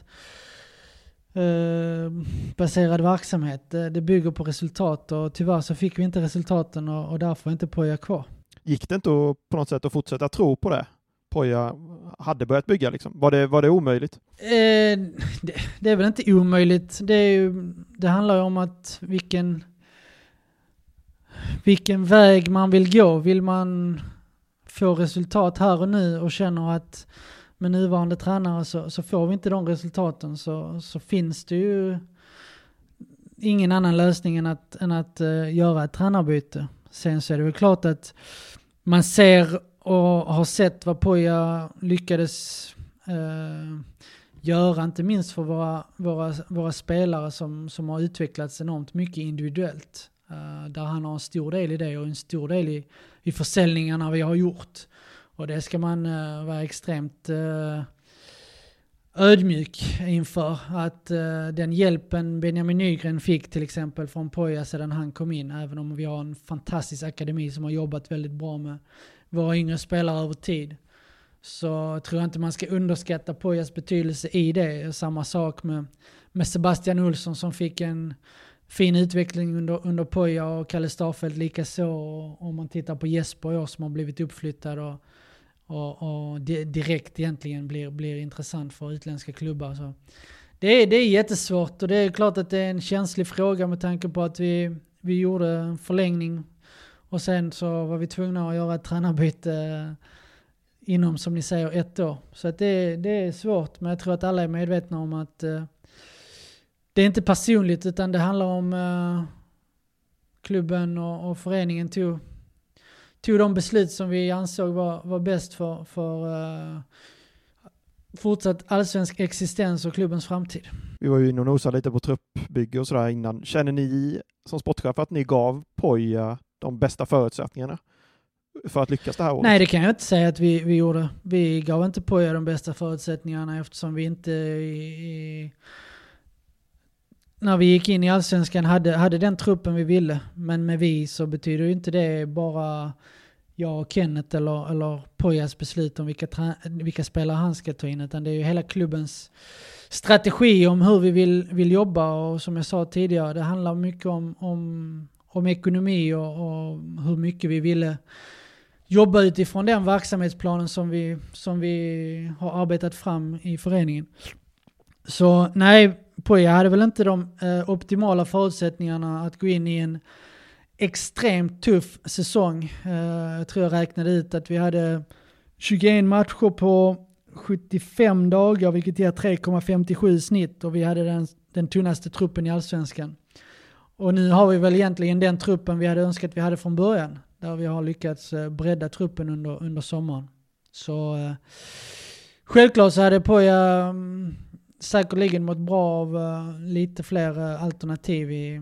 eh, baserad verksamhet. Det, det bygger på resultat, och tyvärr så fick vi inte resultaten, och, och därför inte Poya kvar. Gick det inte att, på något sätt att fortsätta tro på det? Poya hade börjat bygga liksom. Var det, var det omöjligt? Eh, det, det är väl inte omöjligt. Det, är ju, det handlar ju om att vilken, vilken väg man vill gå. Vill man få resultat här och nu och känner att med nuvarande tränare så, så får vi inte de resultaten, så, så finns det ju ingen annan lösning än att, än att uh, göra ett tränarbyte. Sen så är det väl klart att man ser och har sett vad Poya lyckades eh, göra, inte minst för våra, våra, våra spelare som, som har utvecklats enormt mycket individuellt. Eh, där han har en stor del i det, och en stor del i, i försäljningarna vi har gjort. Och det ska man eh, vara extremt eh, ödmjuk inför. Att eh, den hjälpen Benjamin Nygren fick till exempel från Poya sedan han kom in, även om vi har en fantastisk akademi som har jobbat väldigt bra med våra yngre spelare över tid, så tror jag inte man ska underskatta Poyas betydelse i det. Samma sak med, med Sebastian Olsson som fick en fin utveckling under, under Poya, och Kalle Starfelt lika så. Och om man tittar på Jesper i år som har blivit uppflyttad och, och, och direkt egentligen blir, blir intressant för utländska klubbar. Så det, är, det är jättesvårt, och det är klart att det är en känslig fråga med tanke på att vi, vi gjorde en förlängning. Och sen så var vi tvungna att göra ett tränarbyte inom, som ni säger, ett år. Så att det, det är svårt, men jag tror att alla är medvetna om att uh, det är inte personligt, utan det handlar om uh, klubben och, och föreningen tog, tog de beslut som vi ansåg var, var bäst för, för uh, fortsatt allsvensk existens och klubbens framtid. Vi var ju inne och nosade lite på truppbygge och sådär innan. Känner ni som sportchef att ni gav Poya de bästa förutsättningarna för att lyckas det här året? Nej, det kan jag inte säga att vi, vi gjorde. Vi gav inte Poya de bästa förutsättningarna, eftersom vi inte i, i, när vi gick in i allsvenskan hade, hade den truppen vi ville. Men med vi så betyder ju inte det bara jag och Kenneth eller, eller Poyas beslut om vilka, tra- vilka spelare han ska ta in, utan det är ju hela klubbens strategi om hur vi vill, vill jobba. Och som jag sa tidigare, det handlar mycket om, om, om ekonomi och, och hur mycket vi ville jobba utifrån den verksamhetsplanen som vi, som vi har arbetat fram i föreningen. Så nej, Poja hade väl inte de eh, optimala förutsättningarna att gå in i en extremt tuff säsong. Eh, jag tror jag räknade ut att vi hade tjugoen matcher på sjuttiofem dagar, vilket ger tre komma femtiosju snitt, och vi hade den, den tunnaste truppen i Allsvenskan. Och nu har vi väl egentligen den truppen vi hade önskat vi hade från början, där vi har lyckats eh, bredda truppen under, under sommaren. Så eh, självklart så hade Poja mm, säkerligen mått bra av uh, lite fler uh, alternativ i,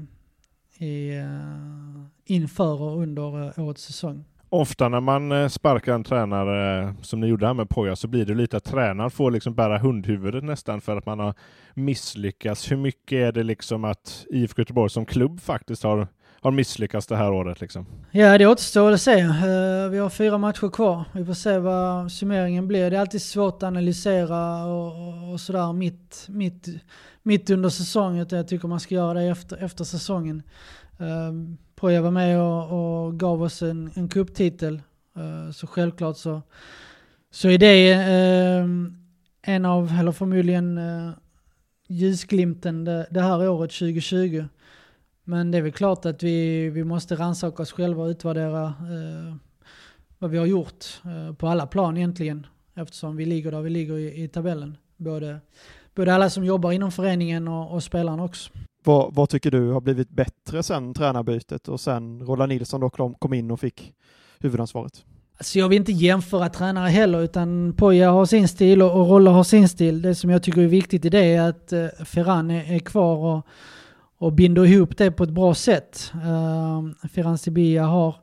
i, uh, inför och under uh, årets säsong. Ofta när man uh, sparkar en tränare uh, som ni gjorde här med Poja, så blir det lite att tränaren får liksom bära hundhuvudet nästan för att man har misslyckats. Hur mycket är det liksom att I F K Göteborg som klubb faktiskt har har misslyckats det här året liksom? Ja, det återstår att se. Uh, vi har fyra matcher kvar. Vi får se vad summeringen blir. Det är alltid svårt att analysera och, och sådär mitt, mitt, mitt under säsongen. Jag tycker man ska göra det efter, efter säsongen. Uh, Poja var med och, och gav oss en, en cuptitel. Uh, så självklart så, så är det uh, en av, eller förmodligen uh, ljusglimten det, det här året tjugo tjugo. Men det är väl klart att vi, vi måste rannsaka oss själva och utvärdera eh, vad vi har gjort eh, på alla plan egentligen. Eftersom vi ligger där vi ligger i, i tabellen. Både, både alla som jobbar inom föreningen och, och spelarna också. Vad, vad tycker du har blivit bättre sen tränarbytet och sen Roland Nilsson då kom in och fick huvudansvaret? Alltså jag vill inte jämföra tränare heller, utan Poja har sin stil och, och Rolla har sin stil. Det som jag tycker är viktigt i det är att eh, Ferran är, är kvar och och binder ihop det på ett bra sätt. Uh, Ferran Sibia har,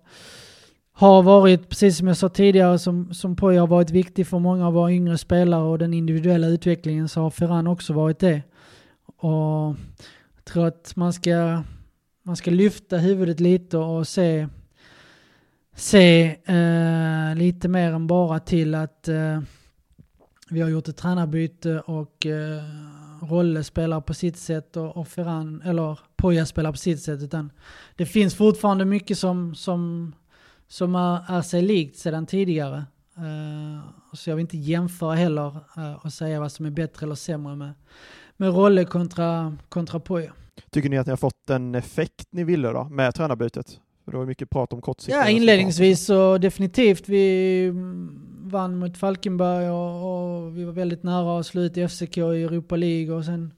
har varit, precis som jag sa tidigare, som, som Poja har varit viktig för många av våra yngre spelare och den individuella utvecklingen, så har Ferran också varit det. Och jag tror att man ska, man ska lyfta huvudet lite och se, se uh, lite mer än bara till att uh, vi har gjort ett tränarbyte och uh, Rolle spelar på sitt sätt och, och Ferran, eller Poja spelar på sitt sätt, utan det finns fortfarande mycket som, som, som är, är sig likt sedan tidigare. Uh, så jag vill inte jämföra heller uh, och säga vad som är bättre eller sämre med, med Rolle kontra, kontra Poja. Tycker ni att ni har fått den effekt ni ville då med tränarbytet? För det var mycket prat om kortsiktigt. Ja, inledningsvis så definitivt. Vi vann mot Falkenberg och, och vi var väldigt nära att sluta i F C K i Europa League, och sen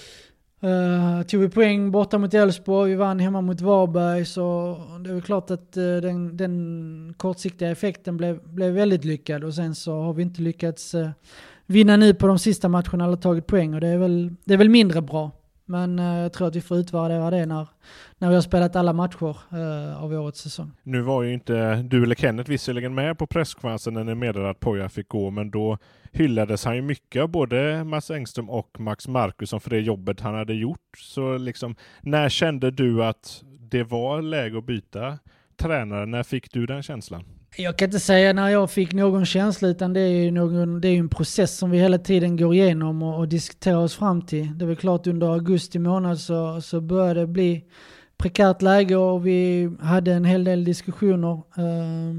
uh, tog vi poäng borta mot Elfsborg. Vi vann hemma mot Varberg, så det är väl klart att uh, den, den kortsiktiga effekten blev, blev väldigt lyckad, och sen så har vi inte lyckats uh, vinna nu på de sista matcherna eller tagit poäng, och det är väl, det är väl mindre bra. Men uh, jag tror att vi får utvärdera det när, när vi har spelat alla matcher uh, av årets säsong. Nu var ju inte du eller Kenneth visserligen med på presskonferensen när ni meddelade att Poja fick gå, men då hyllades han ju mycket av både Mats Engström och Max Markusson för det jobbet han hade gjort. Så liksom, när kände du att det var läge att byta tränare? När fick du den känslan? Jag kan inte säga när jag fick någon känsla, utan det är ju någon, det är en process som vi hela tiden går igenom och, och diskuterar oss fram till. Det är väl klart under augusti månad så, så började det bli prekärt läge, och vi hade en hel del diskussioner eh,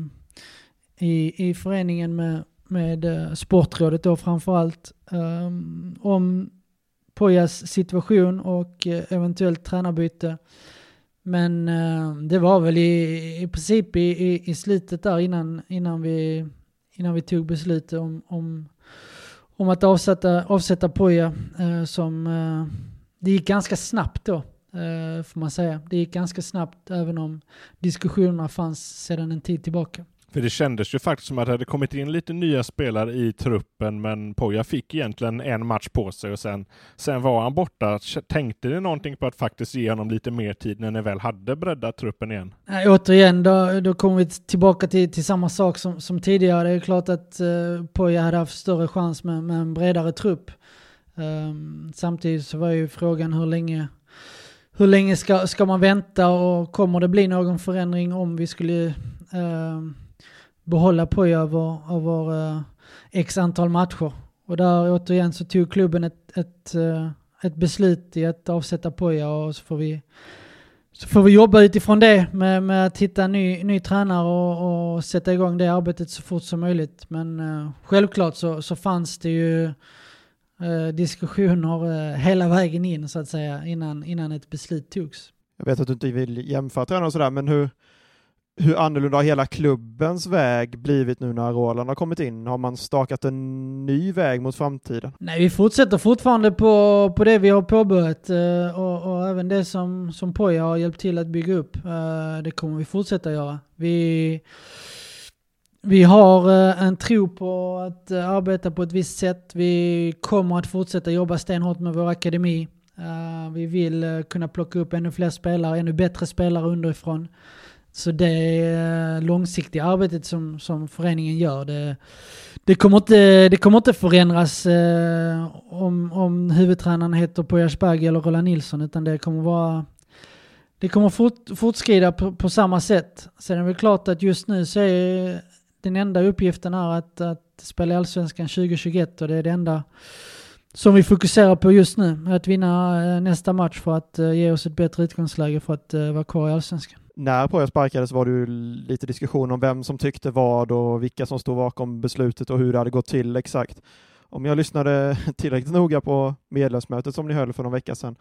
i, i föreningen med, med eh, sportrådet då framförallt eh, om Pojas situation och eh, eventuellt tränarbyte. Men eh, det var väl i, i princip i, i, i slutet där innan, innan, vi, innan vi tog beslut om, om, om att avsätta, avsätta Poja eh, som eh, det gick ganska snabbt då, eh, får man säga. Det gick ganska snabbt även om diskussionerna fanns sedan en tid tillbaka. För det kändes ju faktiskt som att det hade kommit in lite nya spelare i truppen, men Poja fick egentligen en match på sig och sen, sen var han borta. Tänkte ni någonting på att faktiskt ge honom lite mer tid när ni väl hade breddat truppen igen? Nej, återigen, då, då kommer vi tillbaka till, till samma sak som, som tidigare. Det är klart att uh, Poja hade haft större chans med, med en bredare trupp. Um, samtidigt så var ju frågan hur länge hur länge ska, ska man vänta, och kommer det bli någon förändring om vi skulle uh, behålla Poja över, över uh, x antal matcher. Och där återigen så tog klubben ett, ett, uh, ett beslut i att avsätta Poja, och så får vi så får vi jobba utifrån det med, med att hitta en ny, ny tränare och, och sätta igång det arbetet så fort som möjligt. Men uh, självklart så, så fanns det ju uh, diskussioner uh, hela vägen in så att säga innan, innan ett beslut togs. Jag vet att du inte vill jämföra tränare och sådär, men hur, hur annorlunda har hela klubbens väg blivit nu när Roland har kommit in? Har man stakat en ny väg mot framtiden? Nej, vi fortsätter fortfarande på, på det vi har påbörjat uh, och, och även det som, som Poja har hjälpt till att bygga upp. Uh, det kommer vi fortsätta göra. Vi, vi har uh, en tro på att uh, arbeta på ett visst sätt. Vi kommer att fortsätta jobba stenhårt med vår akademi. Uh, vi vill uh, kunna plocka upp ännu fler spelare, ännu bättre spelare underifrån. Så det uh, långsiktiga arbetet som, som föreningen gör, det, det, kommer inte, det kommer inte förändras uh, om, om huvudtränaren heter Poya Asbaghi eller Roland Nilsson, utan det kommer vara det kommer fort, fortskrida på, på samma sätt. Sen är det väl klart att just nu så är den enda uppgiften är att, att spela i Allsvenskan tjugo tjugoett, och det är det enda som vi fokuserar på just nu, att vinna nästa match för att uh, ge oss ett bättre utgångsläge för att uh, vara kvar i Allsvenskan. När Poya sparkades var det ju lite diskussion om vem som tyckte vad och vilka som stod bakom beslutet och hur det hade gått till exakt. Om jag lyssnade tillräckligt noga på medlemsmötet som ni höll för någon vecka sedan,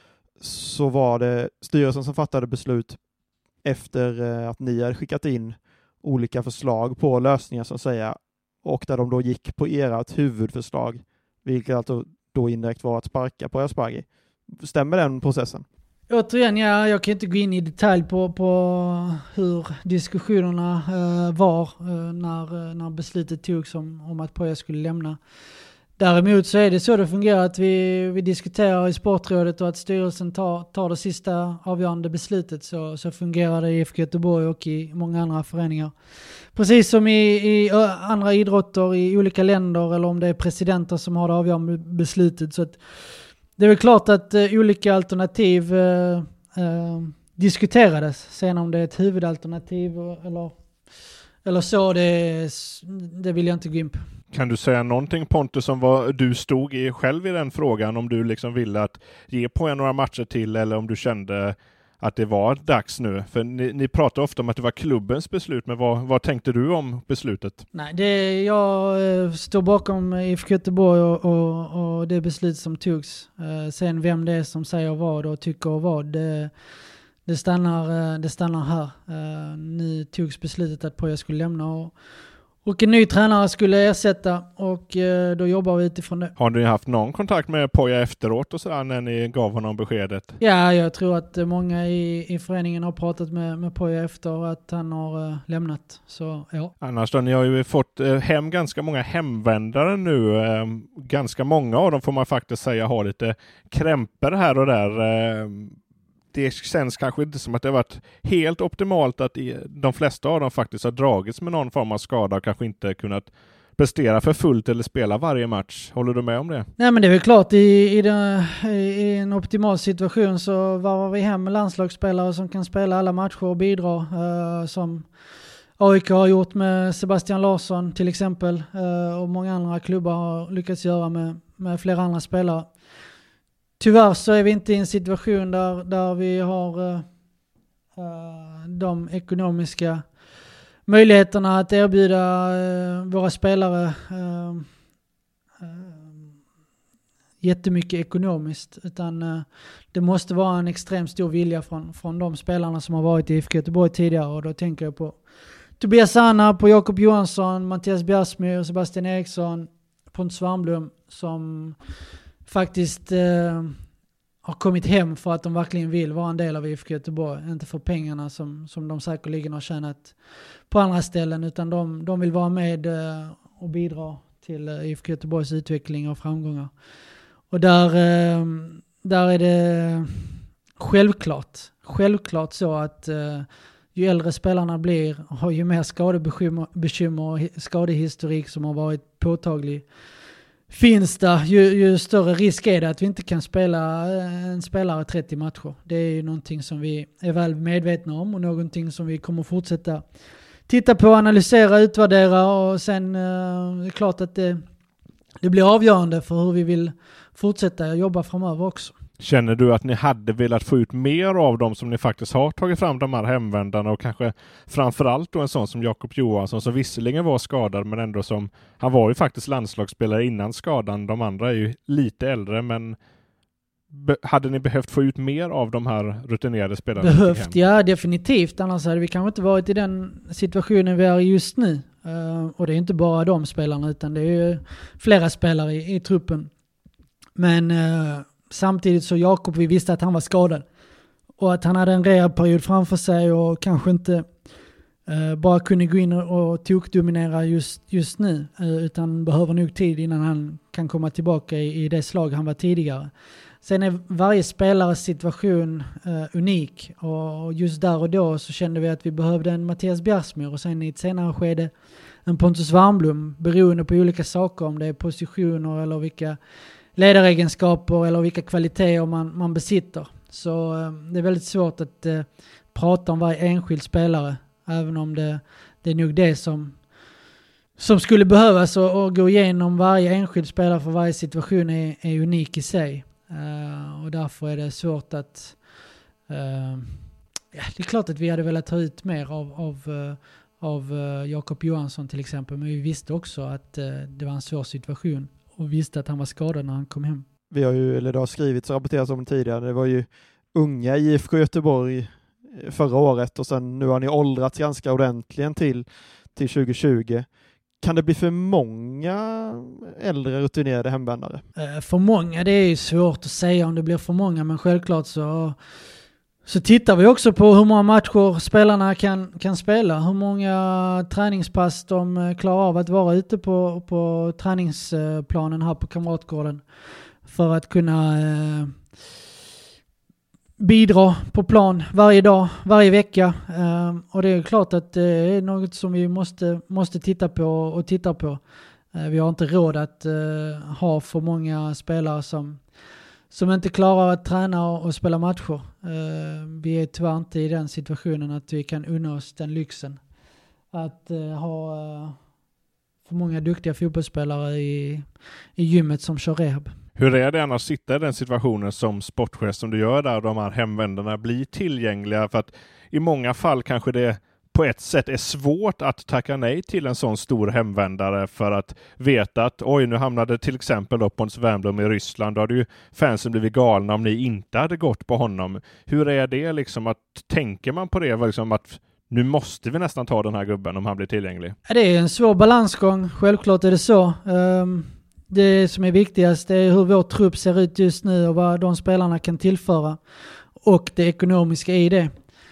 så var det styrelsen som fattade beslut efter uh, att ni hade skickat in olika förslag på lösningar så att säga, och där de då gick på ert huvudförslag, vilket alltså då indirekt var att sparka Poya Asbaghi. Stämmer den processen? Återigen, ja, jag kan inte gå in i detalj på, på hur diskussionerna uh, var uh, när, när beslutet togs om, om att Poya skulle lämna. Däremot så är det så det fungerar, att vi, vi diskuterar i sportrådet och att styrelsen tar, tar det sista avgörande beslutet, så, så fungerar det i I F K Göteborg och i många andra föreningar. Precis som i, i andra idrotter i olika länder, eller om det är presidenter som har det avgörande beslutet. Så att det är väl klart att uh, olika alternativ uh, uh, diskuterades. Sen om det är ett huvudalternativ eller, eller så, det, det vill jag inte gå in på. Kan du säga någonting, Pontus, om vad du stod i själv i den frågan? Om du liksom ville att ge på en några matcher till, eller om du kände att det var dags nu? För ni, ni pratar ofta om att det var klubbens beslut, men vad, vad tänkte du om beslutet? Nej, det, jag eh, står bakom I F K Göteborg och, och, och det beslut som togs. Eh, sen vem det är som säger vad och tycker vad, det, det, stannar, det stannar här. Eh, nu togs beslutet att Poya skulle lämna och Och en ny tränare skulle ersätta, och eh, då jobbar vi utifrån det. Har ni haft någon kontakt med Poya efteråt och sådär när ni gav honom beskedet? Ja, jag tror att många i, i föreningen har pratat med, med Poya efter att han har eh, lämnat. Så, ja. Annars då, ni har ju fått eh, hem ganska många hemvändare nu. Eh, ganska många av dem får man faktiskt säga har lite krämpor här och där. Eh, Det känns kanske inte som att det har varit helt optimalt att de flesta av dem faktiskt har dragits med någon form av skada och kanske inte kunnat prestera för fullt eller spela varje match. Håller du med om det? Nej, men det är väl klart, i, i, den, i en optimal situation så varvar vi hem med landslagsspelare som kan spela alla matcher och bidra, uh, som A I K har gjort med Sebastian Larsson till exempel, uh, och många andra klubbar har lyckats göra med, med flera andra spelare. Tyvärr så är vi inte i en situation där, där vi har uh, uh, de ekonomiska möjligheterna att erbjuda uh, våra spelare uh, uh, jättemycket ekonomiskt. Utan uh, det måste vara en extremt stor vilja från, från de spelarna som har varit i I F K Göteborg tidigare. Och då tänker jag på Tobias Anna, på Jakob Johansson, Mattias Bjärsmyr, Sebastian Eriksson, Pontus Warmblom, som faktiskt eh, har kommit hem för att de verkligen vill vara en del av I F K Göteborg. Inte för pengarna som, som de säkerligen har tjänat på andra ställen, utan de, de vill vara med eh, och bidra till eh, I F K Göteborgs utveckling och framgångar. Och där, eh, där är det självklart, självklart så att eh, ju äldre spelarna blir, har ju mer skadebekymmer och skadehistorik som har varit påtaglig finns det, ju, ju större risk är det att vi inte kan spela en spelare trettio matcher. Det är ju någonting som vi är väl medvetna om och någonting som vi kommer fortsätta titta på, analysera, utvärdera, och sen uh, är det klart att det, det blir avgörande för hur vi vill fortsätta jobba framöver också. Känner du att ni hade velat få ut mer av dem som ni faktiskt har tagit fram, de här hemvändarna, och kanske framförallt då en sån som Jakob Johansson som visserligen var skadad men ändå som, han var ju faktiskt landslagsspelare innan skadan, de andra är ju lite äldre, men be, hade ni behövt få ut mer av de här rutinerade spelarna? Behövt, ja definitivt, annars hade vi kanske inte varit i den situationen vi är just nu. Uh, och det är inte bara de spelarna utan det är ju flera spelare i, i truppen. Men uh, samtidigt så Jakob, vi visste att han var skadad och att han hade en rehabperiod framför sig och kanske inte uh, bara kunde gå in och, och tokdominera just, just nu uh, utan behöver nog tid innan han kan komma tillbaka i, i det slag han var tidigare. Sen är varje spelares situation uh, unik och just där och då så kände vi att vi behövde en Mattias Bjärsmyr och sen i ett senare skede en Pontus Warmblom, beroende på olika saker, om det är positioner eller vilka ledaregenskaper eller vilka kvaliteter man, man besitter. Så uh, det är väldigt svårt att uh, prata om varje enskild spelare, även om det, det är nog det som, som skulle behövas och, och gå igenom varje enskild spelare för varje situation är, är unik i sig. Uh, och därför är det svårt att uh, ja, det är klart att vi hade velat ta ut mer av, av, uh, av uh, Jakob Johansson till exempel, men vi visste också att uh, det var en svår situation och visste att han var skadad när han kom hem. Vi har ju, eller det har skrivits och rapporterats om tidigare, det var ju unga i I F K Göteborg förra året och sen nu har ni åldrats ganska ordentligen till, till tjugo tjugo. Kan det bli för många äldre rutinerade hemvändare? Eh, för många, det är ju svårt att säga om det blir för många, men självklart så, så tittar vi också på hur många matcher spelarna kan, kan spela, hur många träningspass de klarar av att vara ute på, på träningsplanen här på Kamratgården för att kunna eh, bidra på plan varje dag, varje vecka. Um, och det är klart att det är något som vi måste, måste titta på och titta på. Uh, vi har inte råd att uh, ha för många spelare som, som inte klarar att träna och, och spela matcher. Uh, vi är tyvärr inte i den situationen att vi kan unna oss den lyxen. Att uh, ha uh, för många duktiga fotbollsspelare i, i gymmet som kör rehab. Hur är det annars att sitta i den situationen som sportchef som du gör där de här hemvändarna blir tillgängliga? För att i många fall kanske det på ett sätt är svårt att tacka nej till en sån stor hemvändare för att veta att oj, nu hamnade till exempel då Pontus Warmblom i Ryssland. Då hade ju fansen blivit galna om ni inte hade gått på honom. Hur är det liksom att, tänker man på det liksom att nu måste vi nästan ta den här gubben om han blir tillgänglig? Det är en svår balansgång, självklart är det så. Um... Det som är viktigast är hur vår trupp ser ut just nu och vad de spelarna kan tillföra och det ekonomiska i det.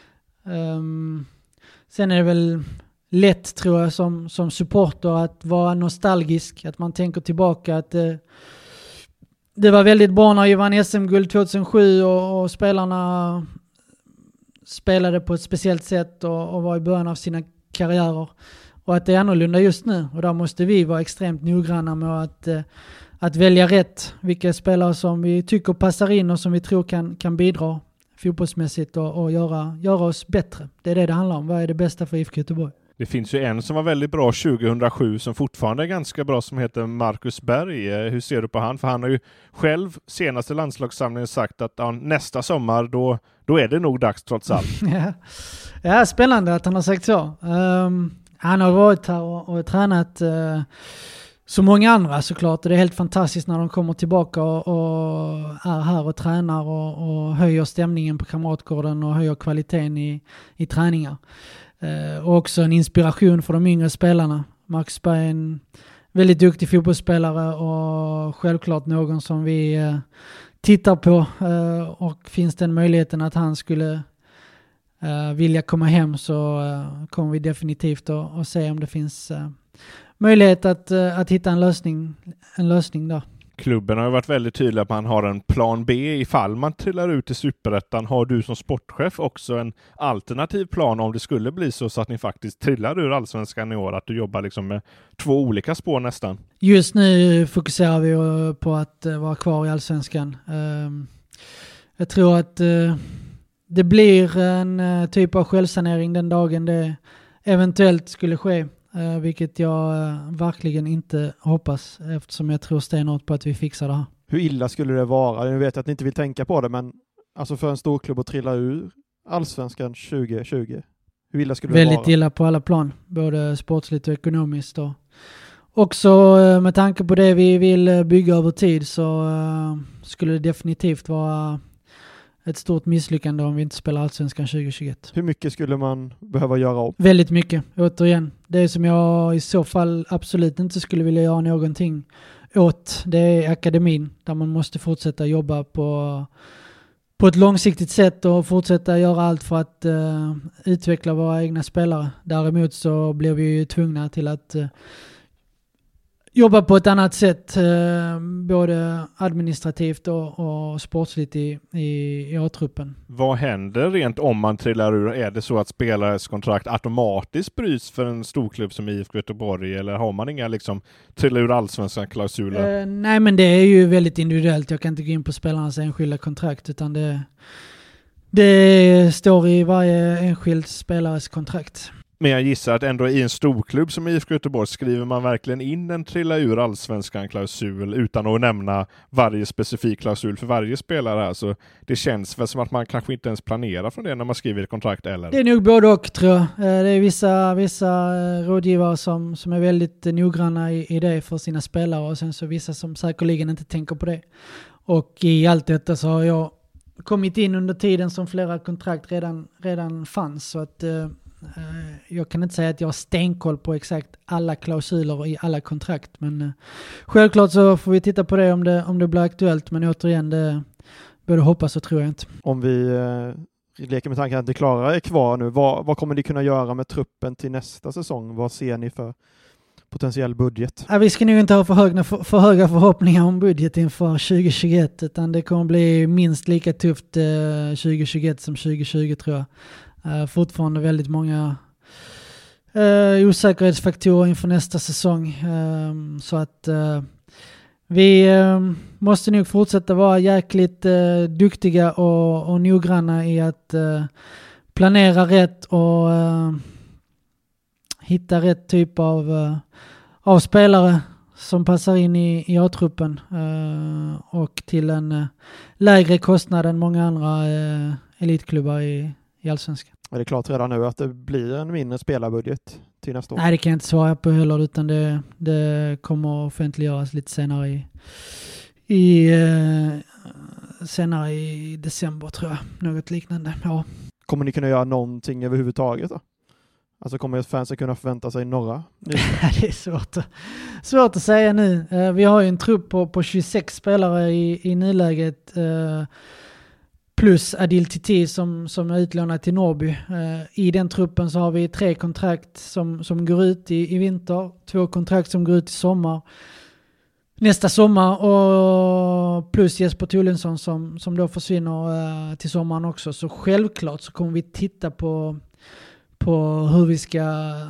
Um, sen är det väl lätt, tror jag, som, som supporter att vara nostalgisk, att man tänker tillbaka att det, det var väldigt bra när vi vann S M-guld tjugohundrasju och, och spelarna spelade på ett speciellt sätt och, och var i början av sina karriärer. Och att det är annorlunda just nu. Och där måste vi vara extremt noggranna med att, att välja rätt. Vilka spelare som vi tycker passar in och som vi tror kan, kan bidra fotbollsmässigt och, och göra, göra oss bättre. Det är det det handlar om. Vad är det bästa för I F K Göteborg? Det finns ju en som var väldigt bra tjugohundrasju som fortfarande är ganska bra som heter Marcus Berg. Hur ser du på han? För han har ju själv senaste landslagssamlingen sagt att ja, nästa sommar då, då är det nog dags trots allt. ja. ja, spännande att han har sagt så. Um... Han har varit här och, och tränat eh, så många andra såklart. Och det är helt fantastiskt när de kommer tillbaka och, och är här och tränar och, och höjer stämningen på Kamratgården och höjer kvaliteten i, i träningar. Eh, och också en inspiration för de yngre spelarna. Max Berg är en väldigt duktig fotbollsspelare och självklart någon som vi eh, tittar på. Eh, och finns den möjligheten att han skulle Uh, vilja komma hem så uh, kommer vi definitivt att, att se om det finns uh, möjlighet att, uh, att hitta en lösning, en lösning där. Klubben har ju varit väldigt tydlig att man har en plan B ifall man trillar ut i Superettan. Har du som sportchef också en alternativ plan om det skulle bli så, så att ni faktiskt trillar ur Allsvenskan i år? Att du jobbar liksom med två olika spår nästan? Just nu fokuserar vi på att uh, vara kvar i Allsvenskan. Uh, jag tror att uh, det blir en uh, typ av självsanering den dagen det eventuellt skulle ske. Uh, vilket jag uh, verkligen inte hoppas eftersom jag tror stenhårt på att vi fixar det här. Hur illa skulle det vara? Nu vet jag att ni inte vill tänka på det, men alltså för en stor klubb att trilla ur Allsvenskan tjugo tjugo. Hur illa skulle det Väldigt vara? Väldigt illa på alla plan, både sportsligt och ekonomiskt. Och också med tanke på det vi vill bygga över tid så uh, skulle det definitivt vara ett stort misslyckande om vi inte spelar Allsvenskan tjugo tjugoett. Hur mycket skulle man behöva göra om? Väldigt mycket, återigen. Det som jag i så fall absolut inte skulle vilja göra någonting åt, det är akademin. Där man måste fortsätta jobba på, på ett långsiktigt sätt och fortsätta göra allt för att uh, utveckla våra egna spelare. Däremot så blir vi ju tvungna till att uh, jobba på ett annat sätt, eh, både administrativt och, och sportsligt i, i, i A-truppen. Vad händer rent om man trillar ur? Är det så att spelares kontrakt automatiskt bryts för en storklubb som I F K Göteborg, eller har man inga liksom trilla ur allsvenska klausuler? Eh, nej, men det är ju väldigt individuellt. Jag kan inte gå in på spelarnas enskilda kontrakt, utan det, det står i varje enskild spelares kontrakt. Men jag gissar att ändå i en storklubb som I F K Göteborg skriver man verkligen in en trilla ur allsvenskan klausul utan att nämna varje specifik klausul för varje spelare här. Så det känns väl som att man kanske inte ens planerar från det när man skriver ett kontrakt, eller? Det är nog både och, tror jag. Det är vissa, vissa rådgivare som, som är väldigt noggranna i, i det för sina spelare, och sen så vissa som säkerligen inte tänker på det. Och i allt detta så har jag kommit in under tiden som flera kontrakt redan, redan fanns, så att jag kan inte säga att jag har stenkoll på exakt alla klausuler i alla kontrakt, men uh, självklart så får vi titta på det om det, om det blir aktuellt, men återigen, det både hoppas och tror jag inte. Om vi uh, leker med tanken att Deklara är kvar nu, vad, vad kommer ni kunna göra med truppen till nästa säsong? Vad ser ni för potentiell budget? Ja, vi ska nog inte ha för höga, för, för höga förhoppningar om budget inför tjugo tjugoett, utan det kommer bli minst lika tufft uh, tjugo tjugoett som tjugo tjugo, tror jag. Uh, fortfarande väldigt många uh, osäkerhetsfaktorer inför nästa säsong. Uh, så att uh, vi uh, måste nog fortsätta vara jäkligt uh, duktiga och, och noggranna i att uh, planera rätt och uh, hitta rätt typ av, uh, av spelare som passar in i, i A-truppen uh, och till en uh, lägre kostnad än många andra uh, elitklubbar i i Allsvenskan. Är det klart redan nu att det blir en mindre spelarbudget till nästa år? Nej, det kan jag inte svara på heller, utan det, det kommer offentliggöras lite senare i, i eh, senare i december, tror jag. Något liknande, ja. Kommer ni kunna göra någonting överhuvudtaget då? Alltså kommer fansen kunna förvänta sig några? Det är svårt, svårt att säga nu. Uh, vi har ju en trupp på, på tjugosex spelare i, i nuläget. Uh, Plus Adil Titi som, som är utlånad till Norrby. Uh, I den truppen så har vi tre kontrakt som, som går ut i, i vinter. Två kontrakt som går ut i sommar. Nästa sommar. Och plus Jesper Tullensson som, som då försvinner uh, till sommaren också. Så självklart så kommer vi titta på, på hur vi ska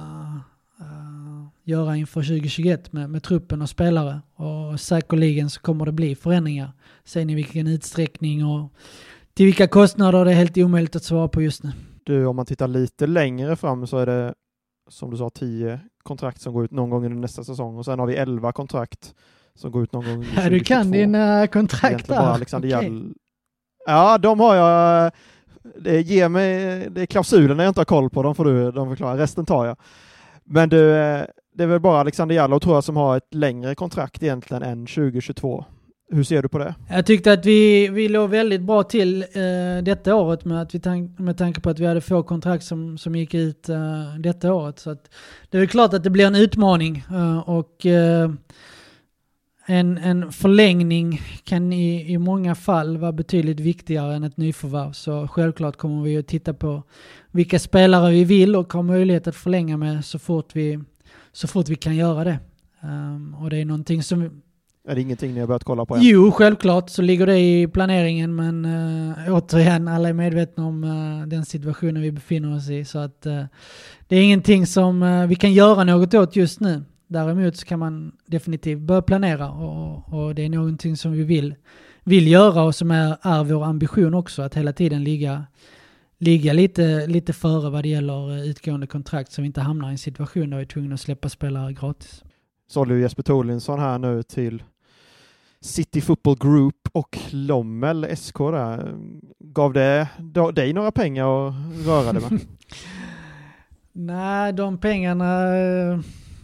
uh, göra inför tjugo tjugoett med, med truppen och spelare. Och säkerligen så kommer det bli förändringar. Sen i vilken utsträckning och till vilka kostnader, det är helt omöjligt att svara på just nu. Du, om man tittar lite längre fram så är det, som du sa, tio kontrakt som går ut någon gång under nästa säsong. Och sen har vi elva kontrakt som går ut någon gång Ja, du kan dina kontrakt där. Alexander okay. Jall... Ja, de har jag. Det ger mig, det är klausulerna jag inte har koll på. De får du de förklara. Resten tar jag. Men du, det är väl bara Alexander Jallow, tror jag, som har ett längre kontrakt egentligen än tjugo tjugotvå. Hur ser du på det? Jag tyckte att vi, vi låg väldigt bra till eh, detta året med, att vi tank, med tanke på att vi hade få kontrakt som, som gick ut eh, detta året. Så att det är väl klart att det blir en utmaning eh, och eh, en, en förlängning kan i, i många fall vara betydligt viktigare än ett nyförvärv. Så självklart kommer vi att titta på vilka spelare vi vill och har möjlighet att förlänga med så fort vi, så fort vi kan göra det. Um, och det är någonting som... Är det ingenting ni har börjat kolla på än? Jo, självklart så ligger det i planeringen, men uh, återigen, alla är medvetna om uh, den situationen vi befinner oss i. Så att uh, det är ingenting som uh, vi kan göra något åt just nu. Däremot så kan man definitivt börja planera och, och det är någonting som vi vill, vill göra och som är, är vår ambition också, att hela tiden ligga, ligga lite, lite före vad det gäller utgående kontrakt, så vi inte hamnar i en situation där vi är tvungna att släppa spelare gratis. Så du Jesper Tullensson här nu till City Football Group och Lommel S K där. Gav det dig några pengar att röra det med? Nej, de pengarna uh,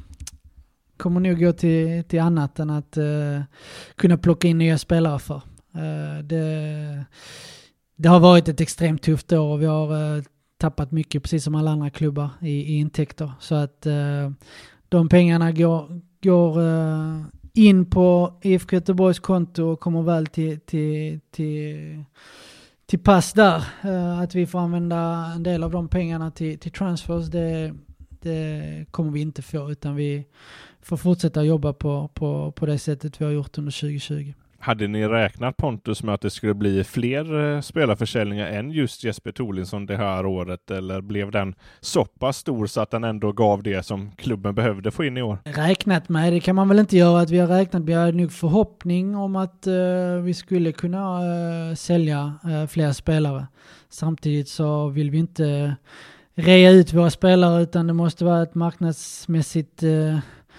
kommer nog gå till, till annat än att uh, kunna plocka in nya spelare för. Uh, det, det har varit ett extremt tufft år och vi har uh, tappat mycket, precis som alla andra klubbar, i, i intäkter. Så att uh, de pengarna går, går uh, in på I F K Göteborgs konto och kommer väl till, till, till, till pass där. Uh, att vi får använda en del av de pengarna till, till transfers, det, det kommer vi inte få, utan vi får fortsätta jobba på, på, på det sättet vi har gjort under tjugo tjugo. Hade ni räknat, Pontus, med att det skulle bli fler eh, spelarförsäljningar än just Jesper Tholinsson det här året, eller blev den så pass stor så att den ändå gav det som klubben behövde få in i år? Räknat med, det kan man väl inte göra att vi har räknat, vi har nog förhoppning om att uh, vi skulle kunna uh, sälja uh, fler spelare. Samtidigt så vill vi inte rea ut våra spelare, utan det måste vara ett marknadsmässigt uh,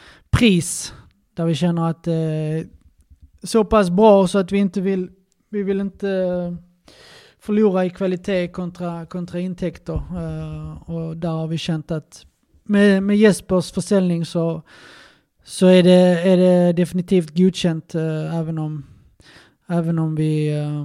pris där vi känner att uh, så pass bra så att vi inte vill vi vill inte förlora i kvalitet kontra, kontra intäkter. Uh, och där har vi känt att med, med Jespers försäljning så, så är, det, är det definitivt godkänt, uh, även, om, även om vi uh,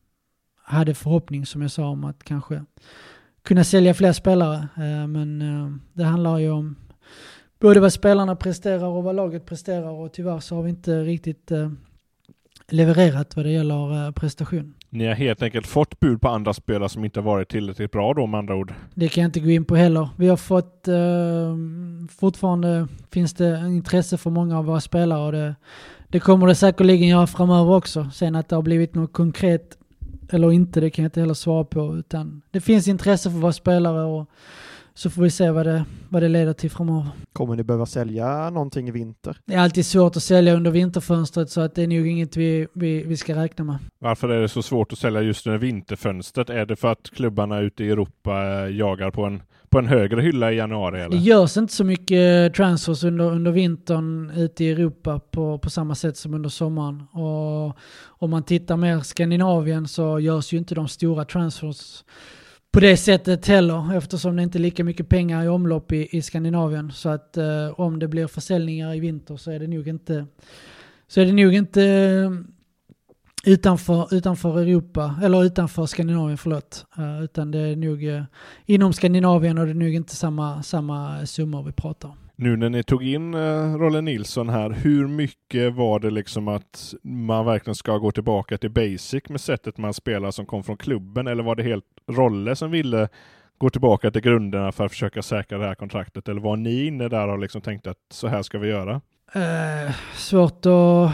hade förhoppning, som jag sa, om att kanske kunna sälja fler spelare. Uh, men uh, det handlar ju om både vad spelarna presterar och vad laget presterar, och tyvärr så har vi inte riktigt uh, levererat vad det gäller uh, prestation. Ni har helt enkelt fått bud på andra spelare som inte varit tillräckligt bra då, med andra ord. Det kan jag inte gå in på heller. Vi har fått, uh, fortfarande finns det intresse för många av våra spelare, och det, det kommer det säkerligen göra framöver också. Sen att det har blivit något konkret eller inte, det kan jag inte heller svara på, utan det finns intresse för våra spelare, och så får vi se vad det, vad det leder till framöver. Kommer ni behöva sälja någonting i vinter? Det är alltid svårt att sälja under vinterfönstret, så att det är nog inget vi, vi, vi ska räkna med. Varför är det så svårt att sälja just under vinterfönstret? Är det för att klubbarna ute i Europa jagar på en, på en högre hylla i januari? Eller? Det görs inte så mycket transfers under, under vintern ute i Europa på, på samma sätt som under sommaren. Och om man tittar mer Skandinavien så görs ju inte de stora transfers på det sättet heller, eftersom det inte är lika mycket pengar i omlopp i, i Skandinavien. Så att eh, om det blir försäljningar i vinter så är det nog inte så är det nog inte eh, utanför, utanför Europa, eller utanför Skandinavien, förlåt. Uh, utan det är nog uh, inom Skandinavien, och det är nog inte samma, samma summor vi pratar om. Nu när ni tog in uh, Rolle Nilsson här, hur mycket var det liksom att man verkligen ska gå tillbaka till basic med sättet man spelar som kom från klubben, eller var det helt Rolle som ville gå tillbaka till grunderna för att försöka säkra det här kontraktet, eller var ni inne där och liksom tänkte att så här ska vi göra? Uh, svårt att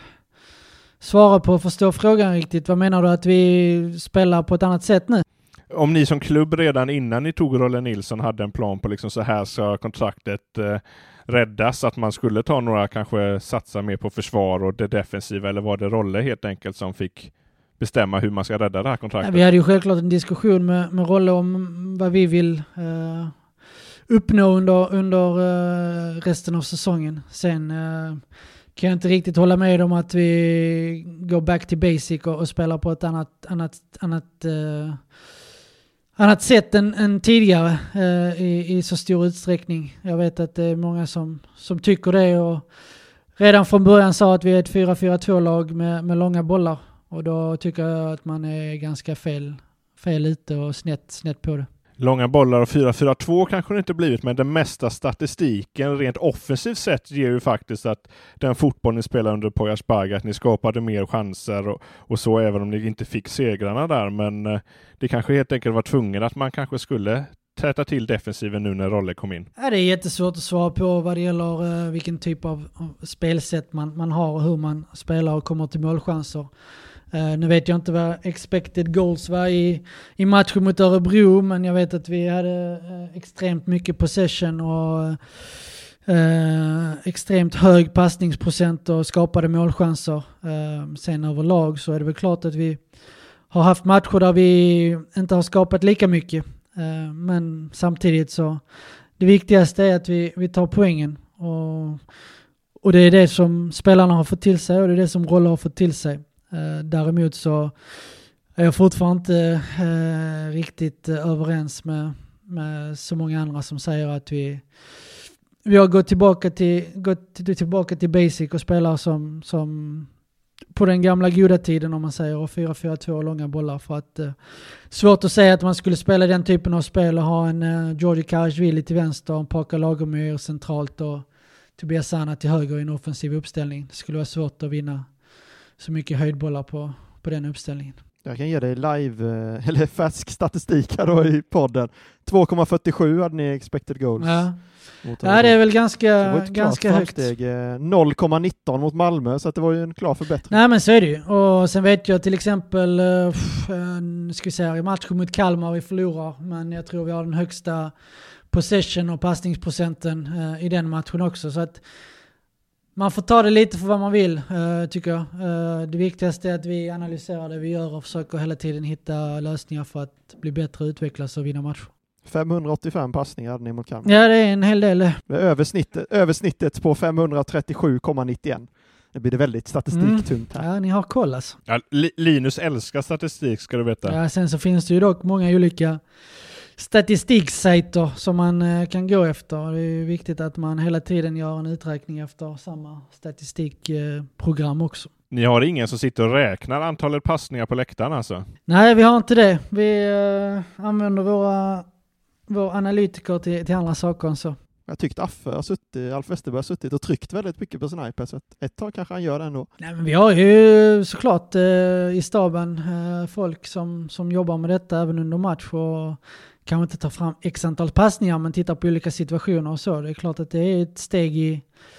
svara på och förstå frågan riktigt. Vad menar du, att vi spelar på ett annat sätt nu? Om ni som klubb redan innan ni tog Rolle Nilsson hade en plan på liksom så här ska kontraktet eh, räddas, att man skulle ta några, kanske satsa mer på försvar och det defensiva, eller var det Rolle helt enkelt som fick bestämma hur man ska rädda det här kontraktet? Ja, vi hade ju självklart en diskussion med, med Rolle om vad vi vill eh, uppnå under, under uh, resten av säsongen. Sen uh, kan jag inte riktigt hålla med om att vi går back to basic och, och spelar på ett annat, annat, annat, uh, annat sätt än, än tidigare uh, i, i så stor utsträckning. Jag vet att det är många som, som tycker det, och redan från början sa att vi är ett fyra fyra två-lag med, med långa bollar, och då tycker jag att man är ganska fel, fel ute och snett, snett på det. Långa bollar och fyra fyra två kanske det inte blivit, men den mesta statistiken rent offensivt sett ger ju faktiskt att den fotboll ni spelar under Poya Asbaghi, att ni skapade mer chanser och, och så, även om ni inte fick segrarna där. Men eh, det kanske helt enkelt var tvungen att man kanske skulle täta till defensiven nu när Rolle kom in. Ja, det är jättesvårt att svara på vad det gäller uh, vilken typ av, av spelsätt man, man har och hur man spelar och kommer till målchanser. Uh, nu vet jag inte vad expected goals var i, i matchen mot Örebro, men jag vet att vi hade uh, extremt mycket possession och uh, extremt hög passningsprocent och skapade målchanser. Uh, sen överlag så är det väl klart att vi har haft matcher där vi inte har skapat lika mycket. Uh, men samtidigt så det viktigaste är att vi, vi tar poängen, och och det är det som spelarna har fått till sig och det är det som Rolle har fått till sig. Uh, däremot så är jag fortfarande inte uh, riktigt uh, överens med, med så många andra som säger att vi, vi har gått tillbaka till, gått tillbaka till basic och spelar som, som på den gamla goda tiden om man säger, och fyra fyra två långa bollar, för att uh, svårt att säga att man skulle spela den typen av spel och ha en uh, Georgi Karashvili till vänster, en Paka Lagomir centralt och Tobias Sana till höger i en offensiv uppställning. Det skulle vara svårt att vinna så mycket höjdbollar på, på den uppställningen. Jag kan ge dig live, eller färsk statistik här då i podden. två komma fyrtiosju hade ni expected goals. Ja, ja det är väl ganska, ganska högt. noll komma nitton mot Malmö, så att det var ju en klar förbättring. Nej, men så är det ju. Och sen vet jag till exempel, uh, ska vi säga, i matchen mot Kalmar vi förlorar, men jag tror vi har den högsta possession och passningsprocenten uh, i den matchen också. Så att man får ta det lite för vad man vill, uh, tycker jag. Uh, det viktigaste är att vi analyserar det vi gör och försöker hela tiden hitta lösningar för att bli bättre, utvecklas och vinna matcher. femhundraåttiofem passningar hade ni mot Kalmar. Ja, det är en hel del. Det är över snittet, över snittet på femhundratrettiosju komma nittioen. Det blir det väldigt statistiktungt här. Ja, ni har koll alltså. Ja, Linus älskar statistik, ska du veta. Ja, sen så finns det ju dock många olika statistiksajter som man eh, kan gå efter. Det är viktigt att man hela tiden gör en uträkning efter samma statistikprogram eh, också. Ni har ingen som sitter och räknar antalet passningar på läktaren alltså? Nej, vi har inte det. Vi eh, använder våra, våra analytiker till, till andra saker än så. Jag tyckte Affe har suttit, Alf Westerberg har suttit och tryckt väldigt mycket på sin iPad, så att ett tag kanske han gör det ändå. Nej, men vi har ju såklart eh, i staben eh, folk som, som jobbar med detta även under match och kanske inte ta fram x antal passningar men titta på olika situationer och så. Det är klart att det är ett steg i,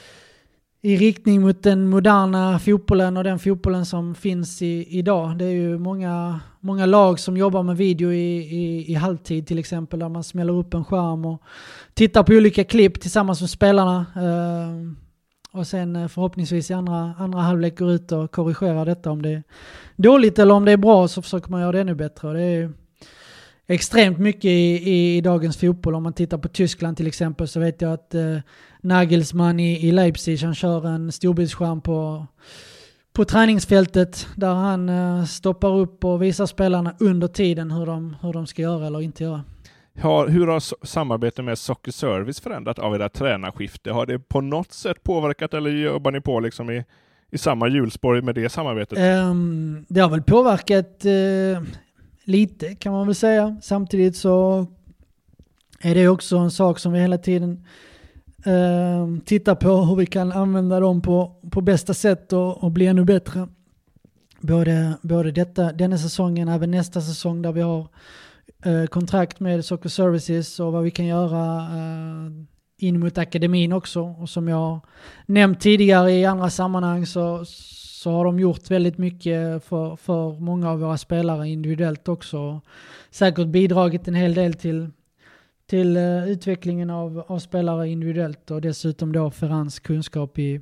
i riktning mot den moderna fotbollen och den fotbollen som finns i, idag. Det är ju många, många lag som jobbar med video i, i, i halvtid till exempel, där man smäller upp en skärm och tittar på olika klipp tillsammans med spelarna. Uh, och sen förhoppningsvis i andra, andra halvlek går ut och korrigerar detta. Om det är dåligt eller om det är bra så försöker man göra det ännu bättre. Och det är extremt mycket i, i, i dagens fotboll. Om man tittar på Tyskland till exempel så vet jag att eh, Nagelsmann i, i Leipzig, han kör en storbildsskärm på, på träningsfältet där han eh, stoppar upp och visar spelarna under tiden hur de, hur de ska göra eller inte göra. Har, hur har so- samarbetet med Soccer Service förändrat av era tränarskifte? Har det på något sätt påverkat eller jobbar ni på liksom i, i samma hjulspår med det samarbetet? Um, det har väl påverkat uh, lite kan man väl säga. Samtidigt så är det också en sak som vi hela tiden uh, tittar på hur vi kan använda dem på, på bästa sätt och, och bli ännu bättre. Både, både detta, denna säsongen, även nästa säsong där vi har uh, kontrakt med Soccer Services och vad vi kan göra uh, in mot akademin också. Och som jag nämnt tidigare i andra sammanhang så så har de gjort väldigt mycket för, för många av våra spelare individuellt också. Säkert bidragit en hel del till, till uh, utvecklingen av, av spelare individuellt och dessutom då Ferrans kunskap i,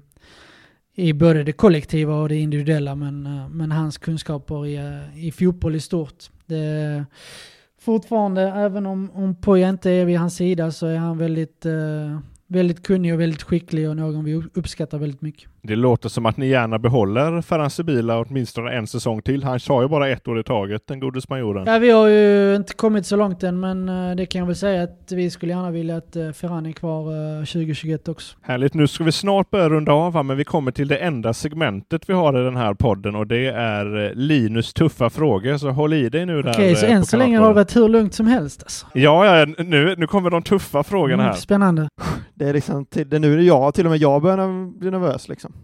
i både det kollektiva och det individuella, men, uh, men hans kunskaper i, uh, i fotboll i stort. Det, fortfarande, även om, om Poja inte är vid hans sida så är han väldigt... Uh, väldigt kunnig och väldigt skicklig och någon vi uppskattar väldigt mycket. Det låter som att ni gärna behåller Ferran Sibila åtminstone en säsong till. Han sa ju bara ett år i taget, den godes majoren. Ja, vi har ju inte kommit så långt än, men det kan jag väl säga att vi skulle gärna vilja att Ferran är kvar tjugo tjugoett också. Härligt, nu ska vi snart börja runda av, men vi kommer till det enda segmentet vi har i den här podden och det är Linus tuffa frågor, så håll i dig nu. Okej, där. Okej, så än så länge har det varit hur lugnt som helst alltså. Ja, ja nu, nu kommer de tuffa frågorna här. Mm, spännande. Det är liksom, till, det nu är det jag, till och med jag börjar bli nervös liksom.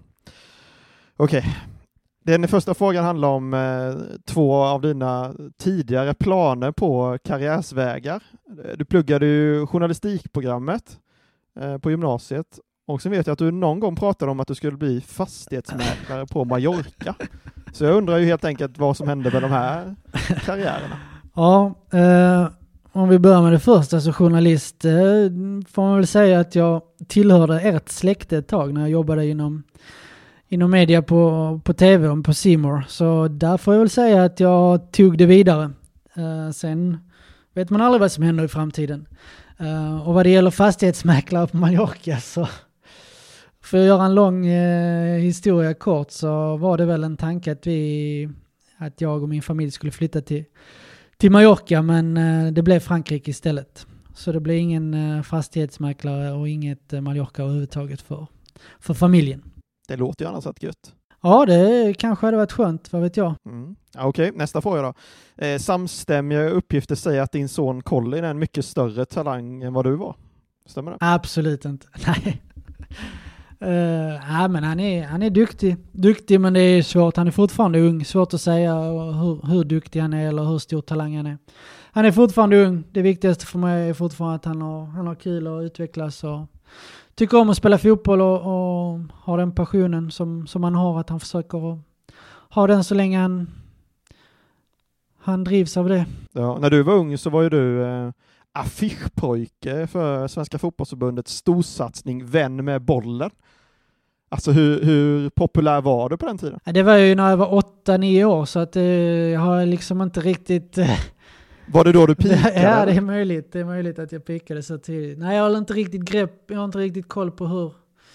Okej. Okay. Den första frågan handlar om eh, två av dina tidigare planer på karriärsvägar. Du pluggade ju journalistikprogrammet eh, på gymnasiet och sen vet jag att du någon gång pratade om att du skulle bli fastighetsmäklare på Mallorca. Så jag undrar ju helt enkelt vad som hände med de här karriärerna. Ja, eh... om vi börjar med det första, så journalist eh, får man väl säga att jag tillhörde ert släkte ett tag när jag jobbade inom, inom media på, på tv och på C More. Så där får jag väl säga att jag tog det vidare. Eh, sen vet man aldrig vad som händer i framtiden. Eh, och vad det gäller fastighetsmäklare på Mallorca så För att göra en lång eh, historia kort så var det väl en tanke att vi, att jag och min familj skulle flytta till, till Mallorca, men eh, det blev Frankrike istället. Så det blev ingen eh, fastighetsmäklare och inget eh, Mallorca överhuvudtaget för, för familjen. Det låter ju annars rätt gött. Ja, det kanske hade varit skönt, vad vet jag. Mm. Ja, okej, nästa fråga då. Eh, samstämmiga uppgifter säger att din son Colin är en mycket större talang än vad du var. Stämmer det? Absolut inte. Nej. Uh, nej, men han är, han är duktig. Duktig, men det är svårt. Han är fortfarande ung. Svårt att säga hur, hur duktig han är eller hur stor talang han är. Han är fortfarande ung. Det viktigaste för mig är fortfarande att han har, han har kul och utvecklas och tycker om att spela fotboll och, och har den passionen som, som han har, att han försöker att ha den så länge han, han drivs av det. Ja, när du var ung så var ju du eh, affischpojke för Svenska fotbollsförbundets storsatsning Vän med bollen. Alltså hur, hur populär var du på den tiden? Det var ju när jag var åtta nio år, så att eh, jag har liksom inte riktigt... Eh, var det då du pikade? Ja, det är möjligt. Det är möjligt att jag pikade så tidigt. Nej, jag har inte riktigt grepp, jag har inte riktigt koll på hur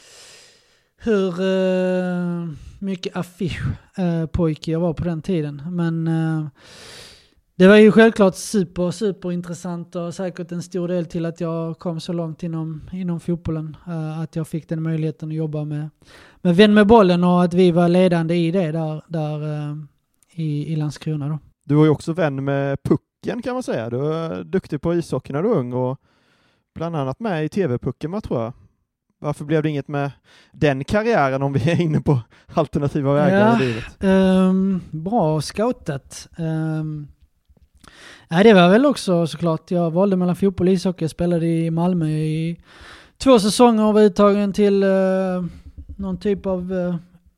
hur eh, mycket affischpojke eh, jag var på den tiden. Men eh, det var ju självklart super, super intressant och säkert en stor del till att jag kom så långt inom, inom fotbollen. Uh, att jag fick den möjligheten att jobba med, med Vän med bollen och att vi var ledande i det där, där uh, i, i Landskrona då. Du var ju också vän med pucken kan man säga. Du var duktig på ishockey när du var ung och bland annat med i tv-pucken, tror jag. Varför blev det inget med den karriären om vi är inne på alternativa vägar ja, i livet? Um, bra scoutat. Um, Nej, det var väl också såklart. Jag valde mellan fotboll och ishockey. Jag spelade i Malmö i två säsonger och var uttagen till eh, någon typ av eh,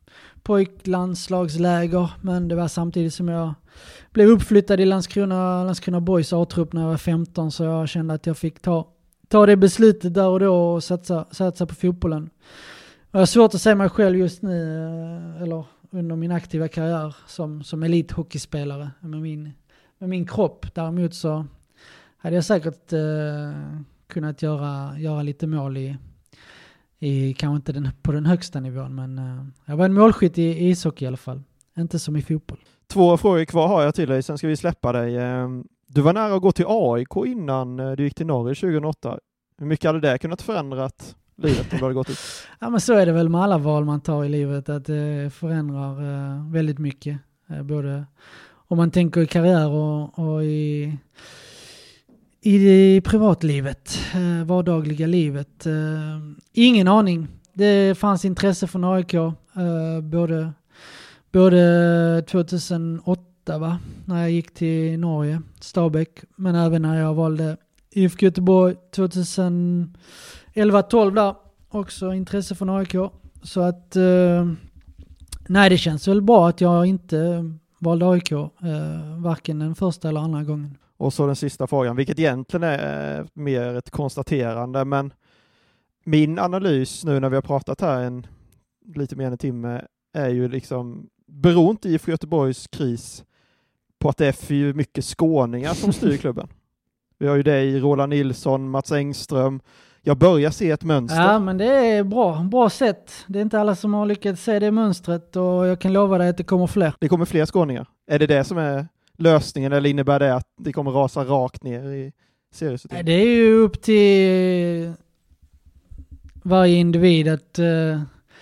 pojklandslagsläger. Men det var samtidigt som jag blev uppflyttad i Landskrona, Landskrona Boys A-trupp när jag var femton. Så jag kände att jag fick ta, ta det beslutet där och då och satsa, satsa på fotbollen. Jag har svårt att se mig själv just nu, eh, eller under min aktiva karriär som, som elithockeyspelare med min Med min kropp. Däremot så hade jag säkert eh, kunnat göra, göra lite mål i, i kanske inte den, på den högsta nivån. Men eh, jag var en målskytt i, i ishockey i alla fall. Inte som i fotboll. Två frågor kvar har jag till dig, sen ska vi släppa dig. Du var nära att gå till A I K innan du gick till Norge tjugohundraåtta. Hur mycket hade det kunnat förändrat livet om du hade gått ut? Ja, men så är det väl med alla val man tar i livet. Att det förändrar eh, väldigt mycket. Eh, både om man tänker i karriär och, och i, i det privatlivet, eh, vardagliga livet. Eh, ingen aning. Det fanns intresse från A I K eh, både, både tjugohundraåtta va? När jag gick till Norge, Stabæk, men även när jag valde I F K Göteborg tjugoelva tolv där. Också intresse från A I K. Så att eh, nej, det känns väl bra att jag inte valde A I K, eh, varken den första eller andra gången. Och så den sista frågan, vilket egentligen är eh, mer ett konstaterande, men min analys nu när vi har pratat här en, lite mer än en timme är ju liksom, beror inte I F K Göteborgs kris på att det är för mycket skåningar som styr klubben? Vi har ju dig, Roland Nilsson, Mats Engström. Jag börjar se ett mönster. Ja, men det är bra. Bra sätt. Det är inte alla som har lyckats se det mönstret och jag kan lova dig att det kommer fler. Det kommer fler skåningar. Är det det som är lösningen eller innebär det att det kommer rasa rakt ner i seriesystemet? Det är ju upp till varje individ att uh,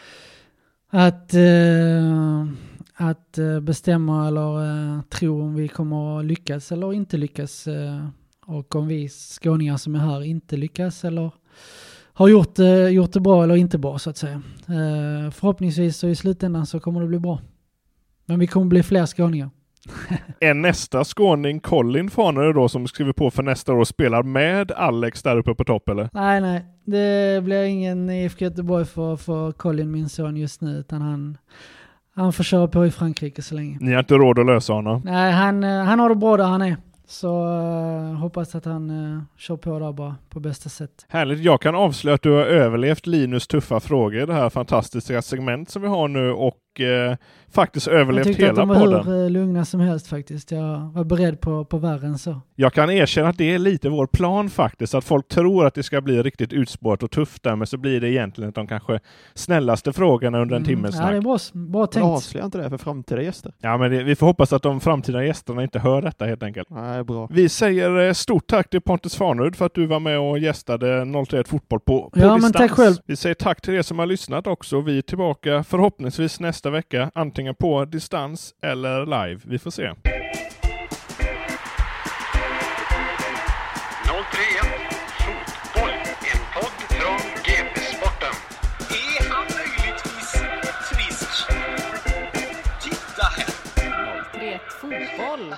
att uh, att uh, bestämma eller uh, tro om vi kommer att lyckas eller inte lyckas. Uh, och om vi skåningar som är här inte lyckas eller har gjort, uh, gjort det bra eller inte bra så att säga. Uh, förhoppningsvis så i slutändan så kommer det bli bra. Men vi kommer bli fler skåningar. Är nästa skåning Colin Farner då som skriver på för nästa år och spelar med Alex där uppe på topp eller? Nej, nej. Det blir ingen I F K Göteborg för, för Colin, min son just nu, utan han, han får köra på i Frankrike så länge. Ni har inte råd att lösa honom? Nej, han, han har det bra där han är. Så uh, hoppas att han uh, kör på där bara på bästa sätt. Härligt. Jag kan avslöja att du har överlevt Linus tuffa frågor, det här fantastiska segment som vi har nu, och och eh, faktiskt Jag överlevt tyckte att hela de var podden. hur eh, lugna som helst faktiskt. Jag var beredd på, på värre än så. Jag kan erkänna att det är lite vår plan faktiskt, att folk tror att det ska bli riktigt utspårat och tufft där, men så blir det egentligen de kanske snällaste frågorna under en Mm. timmes Ja, snack. det är bra, bra Men tänkt. avslöja inte det för framtida gäster. Ja, men det, vi får hoppas att de framtida gästerna inte hör detta helt enkelt. Nej, bra. Vi säger eh, stort tack till Pontus Farnerud för att du var med och gästade noll tre ett Fotboll på, på Ja, men distans. tack själv. Vi säger tack till er som har lyssnat också. Vi är tillbaka förhoppningsvis nästa vecka, antingen på distans eller live. Vi får se. noll tre ett Fotboll, en podd från G P-sporten. Är han möjligtvis frisk? Titta här. noll tre ett Fotboll.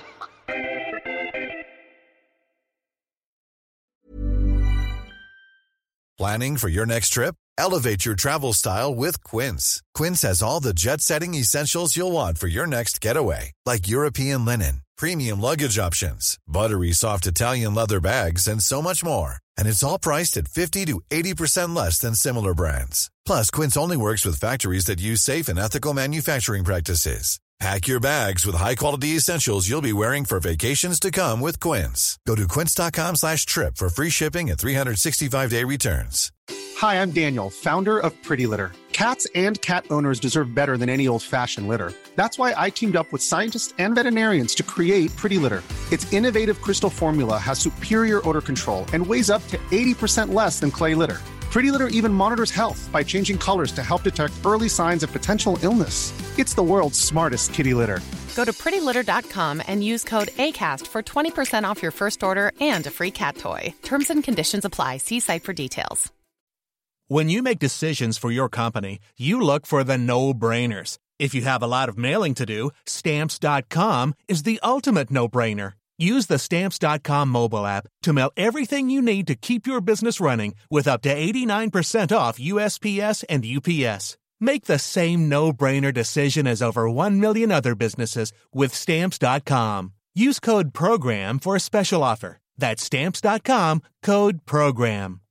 Planning for your next trip? Elevate your travel style with Quince. Quince has all the jet-setting essentials you'll want for your next getaway, like European linen, premium luggage options, buttery soft Italian leather bags, and so much more. And it's all priced at fifty to eighty percent less than similar brands. Plus, Quince only works with factories that use safe and ethical manufacturing practices. Pack your bags with high-quality essentials you'll be wearing for vacations to come with Quince. Go to quince.com slash trip for free shipping and three sixty-five day returns. Hi, I'm Daniel, founder of Pretty Litter. Cats and cat owners deserve better than any old-fashioned litter. That's why I teamed up with scientists and veterinarians to create Pretty Litter. Its innovative crystal formula has superior odor control and weighs up to eighty percent less than clay litter. Pretty Litter even monitors health by changing colors to help detect early signs of potential illness. It's the world's smartest kitty litter. Go to pretty litter dot com and use code ACAST for twenty percent off your first order and a free cat toy. Terms and conditions apply. See site for details. When you make decisions for your company, you look for the no-brainers. If you have a lot of mailing to do, stamps dot com is the ultimate no-brainer. Use the stamps dot com mobile app to mail everything you need to keep your business running with up to eighty-nine percent off U S P S and U P S. Make the same no-brainer decision as over one million other businesses with stamps dot com. Use code PROGRAM for a special offer. That's stamps dot com, code PROGRAM.